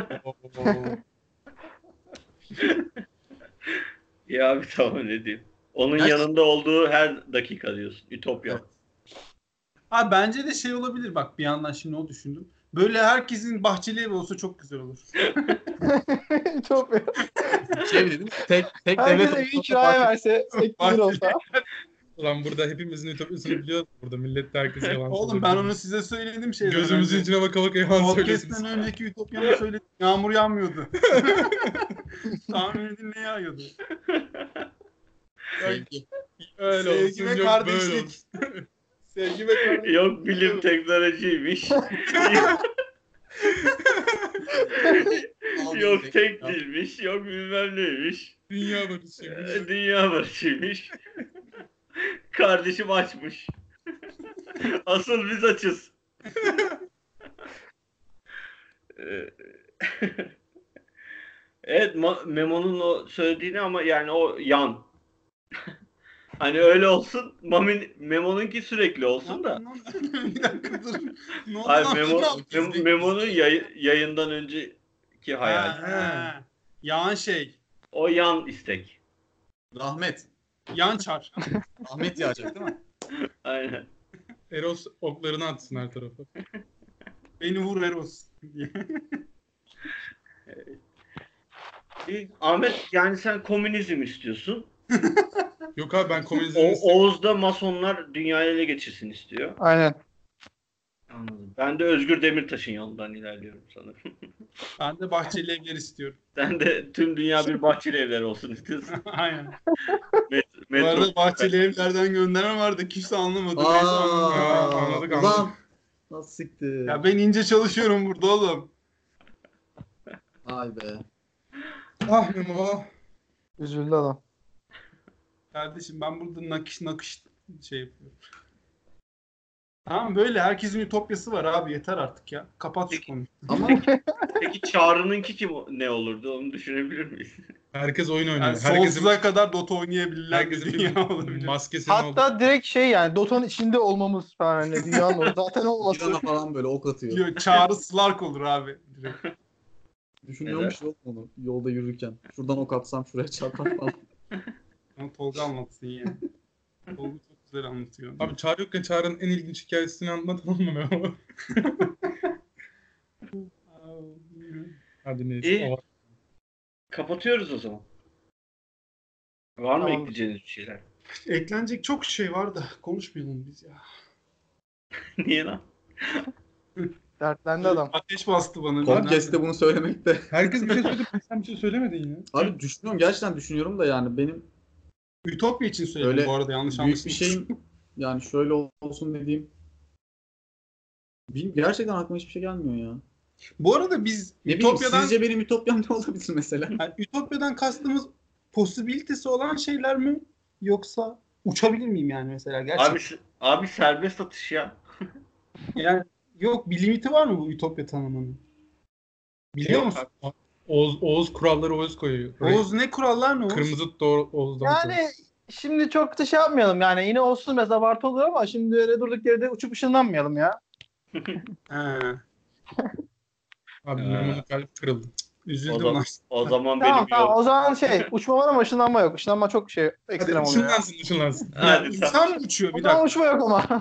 Speaker 1: Ya abi tamam ne diyeyim. Onun
Speaker 3: Gerçekten-
Speaker 1: yanında olduğu her dakika diyorsun. Ütopya.
Speaker 3: Evet.
Speaker 2: Abi bence de şey olabilir, bak bir yandan şimdi o düşündüm. Böyle herkesin bahçeli evi olsa çok güzel olur.
Speaker 4: Çok
Speaker 3: Şey mi dedim? Tek
Speaker 4: herkes
Speaker 3: devlet
Speaker 4: evi kiraya verse, tek
Speaker 2: Bahçeli.
Speaker 4: olsa.
Speaker 5: Ulan burada hepimizin ütopyasını biliyoruz. Burada millet de herkes yalan
Speaker 2: Oğlum
Speaker 5: söylüyor.
Speaker 2: ben onu size söyledim şeyden
Speaker 5: Gözümüzün
Speaker 2: önce.
Speaker 5: içine baka baka yalan
Speaker 2: Podcast'ten
Speaker 5: söylüyorsunuz.
Speaker 2: önceki Ütopya'mı söyledim. Yağmur yağmıyordu. Tahmin edin ne yağıyordu?
Speaker 3: sevgi.
Speaker 5: Öyle
Speaker 2: Sevgi
Speaker 5: olsun,
Speaker 2: ve
Speaker 5: yok
Speaker 2: kardeşlik.
Speaker 5: böyle olsun. Sevgi ve kardeşlik.
Speaker 1: Yok bilim teknolojiymiş. Yok tek dilmiş. Yok bilmem neymiş.
Speaker 5: Dünya barışıymış.
Speaker 1: Dünya barışıymış. Kardeşim açmış. Asıl biz açız. Evet Memo'nun o söylediğini ama yani o yan. Hani öyle olsun. Memo'nunki sürekli olsun da.
Speaker 2: Bir dakika dur. Ne oldu
Speaker 1: Hayır
Speaker 2: lan?
Speaker 1: Memo'nun yayından önceki hayal.
Speaker 2: Ha. Yağan şey.
Speaker 1: O yan istek.
Speaker 3: Rahmet.
Speaker 2: Yan çar.
Speaker 3: Rahmet yağacak değil mi?
Speaker 1: Aynen.
Speaker 5: Eros oklarını atsın her tarafa.
Speaker 2: Beni vur Eros diye.
Speaker 1: Ahmet yani sen komünizm istiyorsun.
Speaker 5: Yok abi ben komünizmi
Speaker 1: Oğuz'da masonlar dünyayı ele geçirsin istiyor.
Speaker 4: Aynen.
Speaker 1: Anladım. Ben de Özgür Demirtaş'ın yolundan ilerliyorum sanırım.
Speaker 2: Ben de bahçeli evler istiyorum.
Speaker 1: Sen de tüm dünya bir bahçeli evler olsun istiyorsun.
Speaker 2: Aynen. Bu
Speaker 1: Metro.
Speaker 2: arada bahçeli evlerden gönderme vardı. Kimse anlamadı. Neyse anlamadı.
Speaker 5: anladık.
Speaker 3: Ulan. Nasıl siktir?
Speaker 2: Ya ben ince çalışıyorum burada oğlum.
Speaker 3: Ay be.
Speaker 5: Ah Memo.
Speaker 4: Üzüldü adam.
Speaker 2: Kardeşim ben burada nakış şey yapıyorum. Tamam böyle herkesin ütopyası var abi yeter artık ya. Kapat şu konuyu.
Speaker 3: Ama
Speaker 1: Peki Çağrı'nınki ne olurdu onu düşünebilir miyiz?
Speaker 5: Herkes oyun oynuyor.
Speaker 2: Yani
Speaker 5: herkesin
Speaker 2: sonsuza kadar Dota oynayabilirler bir
Speaker 5: herkesin
Speaker 2: dünya
Speaker 5: bir
Speaker 2: olabilir.
Speaker 5: maskesini aldı.
Speaker 4: Hatta direkt şey yani Dota'nın içinde olmamız falan hani dünyanın o zaten olması.
Speaker 3: Girana falan böyle ok atıyor.
Speaker 2: Diyor, Çağrı Slark olur abi. Direkt.
Speaker 3: Düşünüyormuş yok mu onu yolda yürürken. Şuradan ok atsam şuraya çarpar falan.
Speaker 2: Ama Tolga anlatsın ya. Tolga çok güzel anlatıyor.
Speaker 5: Abi Çağrı yokken Çağrı'nın en ilginç hikayesini anlatalım mı Memo? Hadi neyse.
Speaker 1: İyi.
Speaker 5: O-
Speaker 1: Kapatıyoruz o zaman. Var mı
Speaker 4: Tamam.
Speaker 1: ekleyeceğiniz bir şeyler?
Speaker 2: Eklenecek çok şey var da konuşmayalım biz ya.
Speaker 1: Niye lan?
Speaker 4: Dertlendi adam.
Speaker 2: Ateş bastı bana.
Speaker 3: Podcast'te bunu söylemekte.
Speaker 5: Herkes bir şey söyledi. Sen bir şey söylemedin ya.
Speaker 3: Abi düşünüyorum gerçekten düşünüyorum da yani benim
Speaker 2: Ütopya için söyledim
Speaker 3: öyle
Speaker 2: bu arada yanlış
Speaker 3: büyük bir
Speaker 2: anlaşılmış.
Speaker 3: şeyim yani şöyle olsun dediğim gerçekten aklıma hiçbir şey gelmiyor ya.
Speaker 2: Bu arada biz
Speaker 3: Ne bileyim
Speaker 2: Ütopya'dan
Speaker 3: sizce benim ütopyam ne olabilir mesela?
Speaker 2: yani Ütopya'dan kastımız posibilitesi olan şeyler mi yoksa uçabilir miyim yani mesela gerçekten?
Speaker 1: Abi serbest atış ya.
Speaker 2: Yani yok bir limiti var mı bu Ütopya tanımının? Biliyor
Speaker 1: Yok
Speaker 2: musun?
Speaker 5: Oğuz kuralları Oğuz koyuyor.
Speaker 2: Oğuz ne kurallar ne Oğuz?
Speaker 5: Kırmızı doğru Oğuz'dan koyuyor.
Speaker 4: Yani şimdi çok da şey yapmayalım yani yine olsun mesela abartı olur ama şimdi öyle durduk yerde uçup ışınlanmayalım ya.
Speaker 2: He,
Speaker 5: Abi
Speaker 1: Ha.
Speaker 5: Memo'nun kalbi kırıldı.
Speaker 2: üzüldüm
Speaker 1: O
Speaker 2: lan.
Speaker 1: zaman
Speaker 4: Tamam
Speaker 1: benim
Speaker 4: tamam
Speaker 1: yok.
Speaker 4: o zaman şey uçma var ama ışınlanma yok. Işınlanma çok şey
Speaker 5: Hadi
Speaker 4: ekstrem oluyor ya.
Speaker 5: ışınlansın.
Speaker 2: Ya,
Speaker 1: Hadi
Speaker 2: insan mı uçuyor
Speaker 4: O
Speaker 2: bir
Speaker 4: zaman
Speaker 2: dakika?
Speaker 4: uçma yok ama.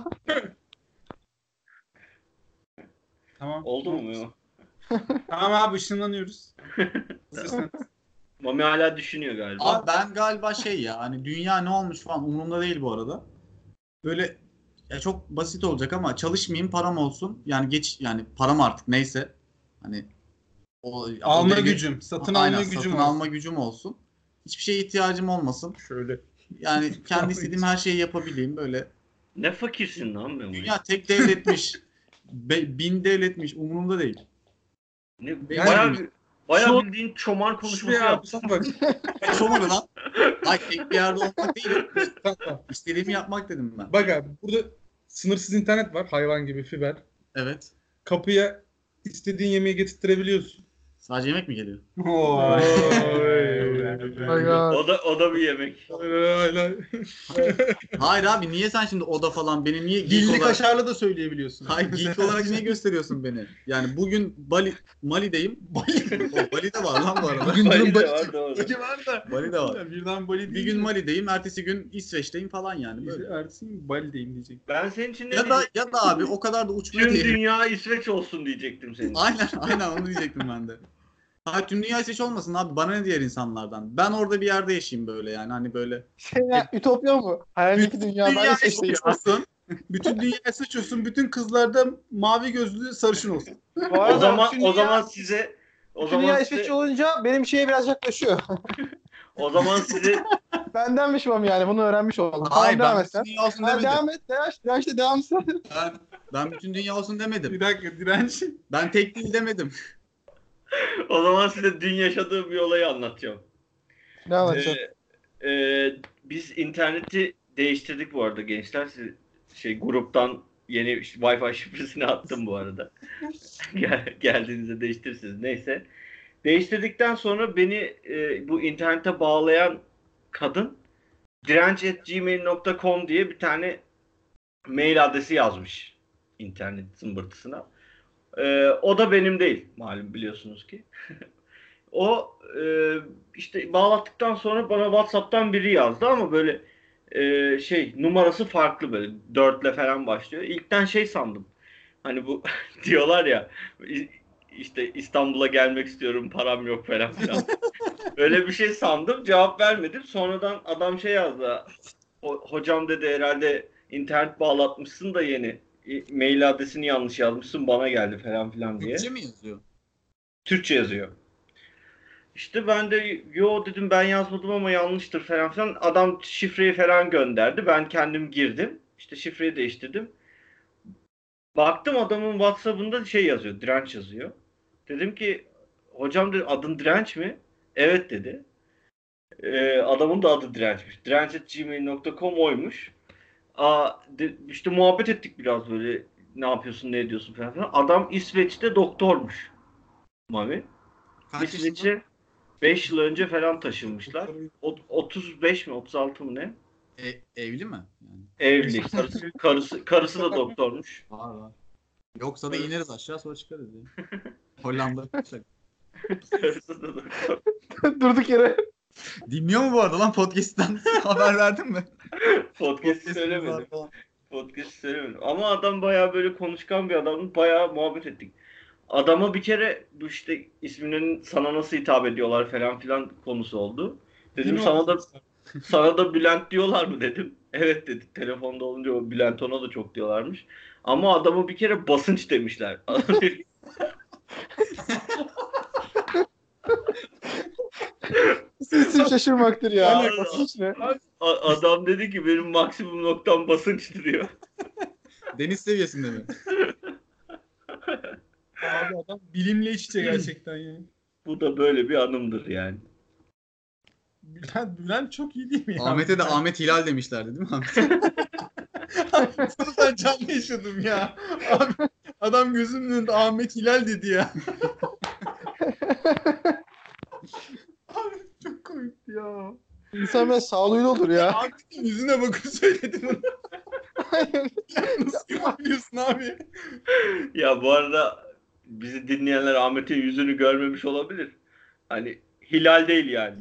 Speaker 2: Tamam.
Speaker 1: Oldu mu Memo?
Speaker 2: Tamam abi ışınlanıyoruz. Hazırsan.
Speaker 1: Mami hala düşünüyor galiba.
Speaker 3: Abi ben galiba şey ya hani dünya ne olmuş falan umurumda değil bu arada. Böyle ya çok basit olacak ama çalışmayayım param olsun. Yani yani param artık neyse. Hani
Speaker 2: Alma
Speaker 3: devir-
Speaker 2: gücüm, satın
Speaker 3: Aynen,
Speaker 2: alma gücüm
Speaker 3: satın
Speaker 2: olsun.
Speaker 3: alma gücüm olsun. Hiçbir şeye ihtiyacım olmasın.
Speaker 5: Şöyle.
Speaker 3: Yani kendi istediğim her şeyi yapabileyim böyle.
Speaker 1: Ne fakirsin lan Memo.
Speaker 3: Dünya tek devletmiş. Bin devletmiş umurumda değil.
Speaker 1: Ne,
Speaker 3: Yani-
Speaker 1: bayağı
Speaker 5: Şu-
Speaker 1: bildiğin çomar konuşması
Speaker 5: Şuraya
Speaker 1: yaptın.
Speaker 5: yapsan bak.
Speaker 3: Şomarı lan. Ay tek bir yerde olmak değil.
Speaker 5: Tamam.
Speaker 3: İstediğimi yapmak dedim ben.
Speaker 5: Bak abi burada sınırsız internet var. Hayvan gibi fiber.
Speaker 3: Evet.
Speaker 5: Kapıya istediğin yemeği getirtirebiliyorsun.
Speaker 3: Sadece yemek mi geliyor?
Speaker 2: Oy.
Speaker 4: Aga.
Speaker 1: O da bir yemek.
Speaker 3: Hayır abi, niye sen şimdi oda falan beni niye geek
Speaker 2: Dilli
Speaker 3: olarak...
Speaker 2: kaşarlı da söyleyebiliyorsun.
Speaker 3: Hayır, geek olarak niye gösteriyorsun beni? Yani bugün Mali'deyim. Bali de var lan bu arada.
Speaker 2: Bugün
Speaker 1: Bali
Speaker 2: durum
Speaker 1: de
Speaker 2: Bali
Speaker 1: var, doğru.
Speaker 2: var da.
Speaker 3: Bali de var.
Speaker 2: Birden Bali
Speaker 3: Bir
Speaker 2: değil
Speaker 3: gün
Speaker 2: mi?
Speaker 3: Mali'deyim, ertesi gün İsveç'teyim falan yani böyle.
Speaker 2: Ertesi gün Bali'deyim diyecek.
Speaker 1: Ben senin için ne
Speaker 3: Ya da abi o kadar da uçmaya
Speaker 1: tüm
Speaker 3: değil.
Speaker 1: dünya İsveç olsun diyecektim senin için.
Speaker 3: Aynen onu diyecektim ben de. Hayır, tüm dünya İsveç olmasın abi. Bana ne diğer insanlardan? Ben orada bir yerde yaşayayım böyle yani. Hani böyle.
Speaker 4: Ütopya mu? Hayalindeki dünyadan seçtiğin.
Speaker 3: olsun.
Speaker 2: Bütün dünya saç olsun, bütün kızlar da mavi gözlü sarışın olsun.
Speaker 4: Bu arada
Speaker 1: O zaman size
Speaker 4: bütün dünya İsveççi olunca benim şeye biraz yaklaşıyor.
Speaker 1: o zaman size
Speaker 4: Bendenmişim ama yani bunu öğrenmiş oldum.
Speaker 3: Hayır,
Speaker 4: Tamam, devam
Speaker 3: ben
Speaker 4: et sen.
Speaker 3: bütün dünya olsun
Speaker 4: Ha,
Speaker 3: demedim.
Speaker 4: devam et. Dirençle devam et.
Speaker 3: Ben bütün dünya olsun demedim.
Speaker 2: Bir dakika, direnç.
Speaker 3: Ben tek değil demedim.
Speaker 1: o zaman size dün yaşadığım bir olayı anlatacağım.
Speaker 4: Devam et.
Speaker 1: Biz interneti değiştirdik bu arada gençler. Gruptan yeni Wi-Fi şifresini attım bu arada. Geldiğinizde değiştirirsiniz. Neyse. Değiştirdikten sonra beni bu internete bağlayan kadın direnç@gmail.com diye bir tane mail adresi yazmış internet zımbırtısına. O da benim değil malum, biliyorsunuz ki. O işte bağlattıktan sonra bana WhatsApp'tan biri yazdı ama böyle numarası farklı, böyle 4'le falan başlıyor. İlkten sandım. Hani bu diyorlar ya işte İstanbul'a gelmek istiyorum, param yok falan filan. Öyle bir şey sandım. Cevap vermedim. Sonradan adam yazdı. Hocam dedi, herhalde internet bağlatmışsın da yeni. Mail adresini yanlış yazmışsın, bana geldi falan filan diye.
Speaker 3: Türkçe mi yazıyor?
Speaker 1: Türkçe yazıyor. İşte ben de yo dedim, ben yazmadım ama yanlıştır falan filan. Adam şifreyi falan gönderdi. Ben kendim girdim. İşte şifreyi değiştirdim. Baktım adamın WhatsApp'ında yazıyor. Direnç yazıyor. Dedim ki hocam dedi, adın Direnç mi? Evet dedi. Adamın da adı Direnç'miş. Direnç@gmail.com oymuş. İşte muhabbet ettik biraz böyle. Ne yapıyorsun, ne ediyorsun falan filan. Adam İsveç'te doktormuş. Mami.
Speaker 3: Kaç
Speaker 1: İsveç'e 5 yıl önce falan taşınmışlar. 35 mi 36 mı ne?
Speaker 3: Evli mi? Yani.
Speaker 1: Evli. Karısı da doktormuş.
Speaker 3: Var. Yoksa da ineriz aşağı, sonra çıkarız ya. Hollanda.
Speaker 1: Karısı da doktor.
Speaker 4: Durduk yere.
Speaker 3: Dinliyor mu bu arada lan podcast'ten? Haber verdin mi?
Speaker 1: Podcast'ı söylemedim. Ama adam bayağı böyle konuşkan bir adam. Bayağı muhabbet ettik. Adama bir kere bu işte isminin sana nasıl hitap ediyorlar falan filan konusu oldu. Dedim sana da Bülent diyorlar mı dedim. Evet dedi. Telefonda olunca o Bülent, ona da çok diyorlarmış. Ama adamı bir kere basınç demişler.
Speaker 4: İsim şaşırmaktır ya. Hiç ne?
Speaker 1: Adam dedi ki benim maksimum noktam basınçtı diyor.
Speaker 3: Deniz seviyesinde mi?
Speaker 2: Abi adam bilimle iç içe gerçekten yani.
Speaker 1: Bu da böyle bir anımdır yani.
Speaker 2: Bülent çok iyi değil mi ya?
Speaker 3: Ahmet'e de Ahmet Hilal demişlerdi değil mi Ahmet?
Speaker 2: Bunu ben canlı yaşadım ya. Abi, adam gözümün önünde Ahmet Hilal dedi ya. Abi çok komikti ya.
Speaker 4: İnsan biraz sağluyla olur ya.
Speaker 2: Ahmet'in yüzüne bakıp söyledim bunu. Nasıl yapabiliyorsun abi?
Speaker 1: Ya bu arada bizi dinleyenler Ahmet'in yüzünü görmemiş olabilir. Hani Hilal değil yani.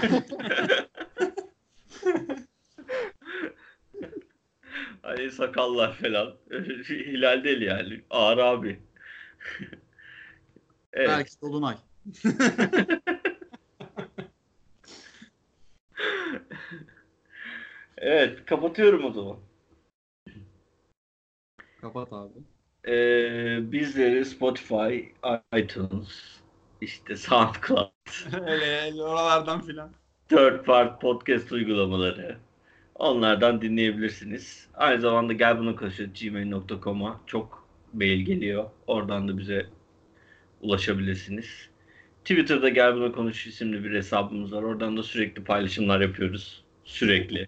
Speaker 1: Hani sakallar falan. Hilal değil yani. Ağır abi. Evet.
Speaker 3: Belki Dolunay.
Speaker 1: Evet. Kapatıyorum o zaman.
Speaker 3: Kapat abi.
Speaker 1: Bizleri Spotify, iTunes, işte SoundCloud,
Speaker 2: Öyle oralardan filan.
Speaker 1: Third Part Podcast uygulamaları. Onlardan dinleyebilirsiniz. Aynı zamanda gel bunu konuşuyor gmail.com'a çok mail geliyor. Oradan da bize ulaşabilirsiniz. Twitter'da gel bunu konuş isimli bir hesabımız var. Oradan da sürekli paylaşımlar yapıyoruz. Sürekli.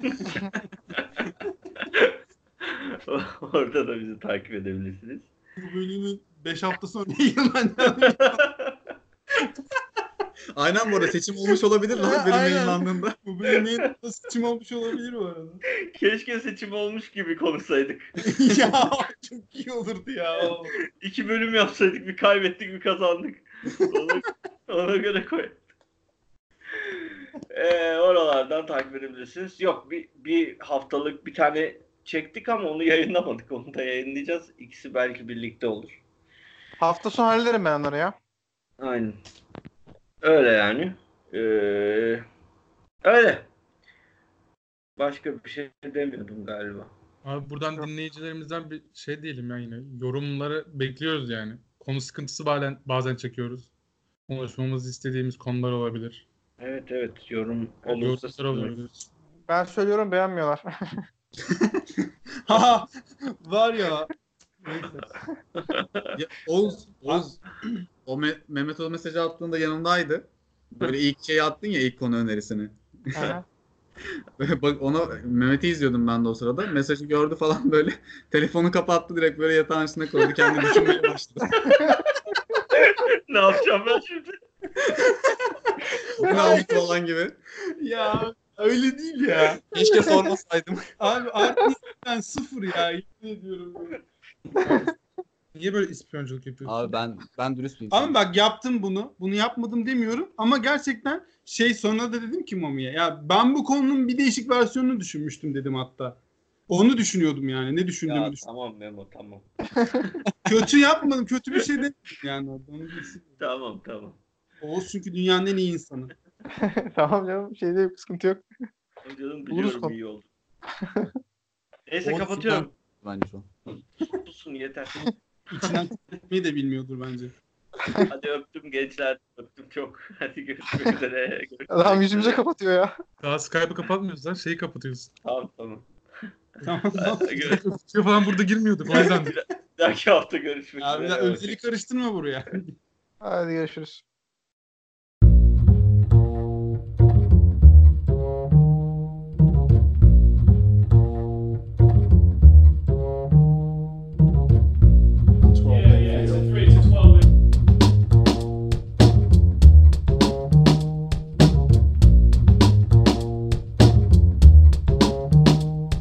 Speaker 1: Orada da bizi takip edebilirsiniz.
Speaker 2: Bu bölümü 5 hafta sonra yayınlanacağını
Speaker 3: Aynen bu arada seçim olmuş olabilir lan bölüm
Speaker 2: Aynen.
Speaker 3: yayınlandığında.
Speaker 2: Bu bölümün seçim olmuş olabilir bu arada.
Speaker 1: Keşke seçim olmuş gibi konuşsaydık.
Speaker 2: Ya çok iyi olurdu ya.
Speaker 1: 2 bölüm yapsaydık, bir kaybettik bir kazandık. Ona göre koy. Oralardan takip edebilirsiniz. Yok, bir haftalık bir tane çektik ama onu yayınlamadık. Onu da yayınlayacağız. İkisi belki birlikte olur.
Speaker 4: Hafta sonu hallederim ben onları ya.
Speaker 1: Aynen. Öyle yani. Öyle. Başka bir şey demiyordum galiba.
Speaker 5: Abi buradan dinleyicilerimizden bir şey diyelim ya yine. Yorumları bekliyoruz yani. Konu sıkıntısı bazen çekiyoruz. Konuşmamızı istediğimiz konular olabilir.
Speaker 1: Evet, yorum olursa
Speaker 5: Yorumlar olabilir.
Speaker 4: Ben söylüyorum beğenmiyorlar.
Speaker 2: Ha var ya. Neyse.
Speaker 3: Ya, Oğuz o Mehmet o mesajı attığında yanımdaydı. Böyle ilk şeyi attın ya ilk konu önerisini.
Speaker 4: Aha.
Speaker 3: Bak onu Mehmet'i izliyordum ben de o sırada. Mesajı gördü falan böyle. Telefonu kapattı direkt böyle yatağın üstüne koydu. Kendini düşünmeye başladı.
Speaker 1: Ne yapacağım ben şimdi?
Speaker 3: Bu ne Ahmet falan gibi.
Speaker 2: Ya öyle değil ya.
Speaker 3: Keşke sormasaydım.
Speaker 2: Abi art niyetten 0 ya. Yemin ediyorum.
Speaker 5: Niye böyle ispiyonculuk yapıyorsun?
Speaker 3: Abi ben dürüst bir insanım.
Speaker 2: Ama bak yaptım bunu. Bunu yapmadım demiyorum. Ama gerçekten sonra da dedim ki Mami'ye. Ya ben bu konunun bir değişik versiyonunu düşünmüştüm dedim hatta. Onu düşünüyordum yani. Ne düşündüğümü
Speaker 1: Ya
Speaker 2: düşündüm.
Speaker 1: tamam Memo, tamam.
Speaker 2: Kötü yapmadım. Kötü bir şey demedim yani. Orada. Onu bilsin.
Speaker 1: Tamam.
Speaker 2: Oğuz çünkü dünyanın en iyi insanı.
Speaker 4: Tamam canım. Şeyde sıkıntı yok.
Speaker 1: Canım
Speaker 4: Buluruz
Speaker 1: biliyorum
Speaker 4: konu.
Speaker 1: iyi oldu. Neyse
Speaker 3: Oğuz
Speaker 1: kapatıyorum.
Speaker 3: Bence şu an.
Speaker 1: Susun yeter.
Speaker 2: İçinden etmeyi de bilmiyordur bence.
Speaker 1: Hadi öptüm gençler. Öptüm çok. Hadi görüşmek üzere. Görüşmek
Speaker 4: Adam yüzümüze
Speaker 1: üzere.
Speaker 4: kapatıyor ya.
Speaker 5: Daha Skype'ı kapatmıyorsun. Şeyi kapatıyorsun.
Speaker 1: Tamam.
Speaker 2: Tamam.
Speaker 1: Hadi görüşürüz.
Speaker 5: Şey falan burada girmiyorduk o yüzden.
Speaker 1: Bir dahaki hafta görüşmek
Speaker 2: Abi
Speaker 1: üzere.
Speaker 2: özeli karıştırma buraya.
Speaker 4: Hadi görüşürüz.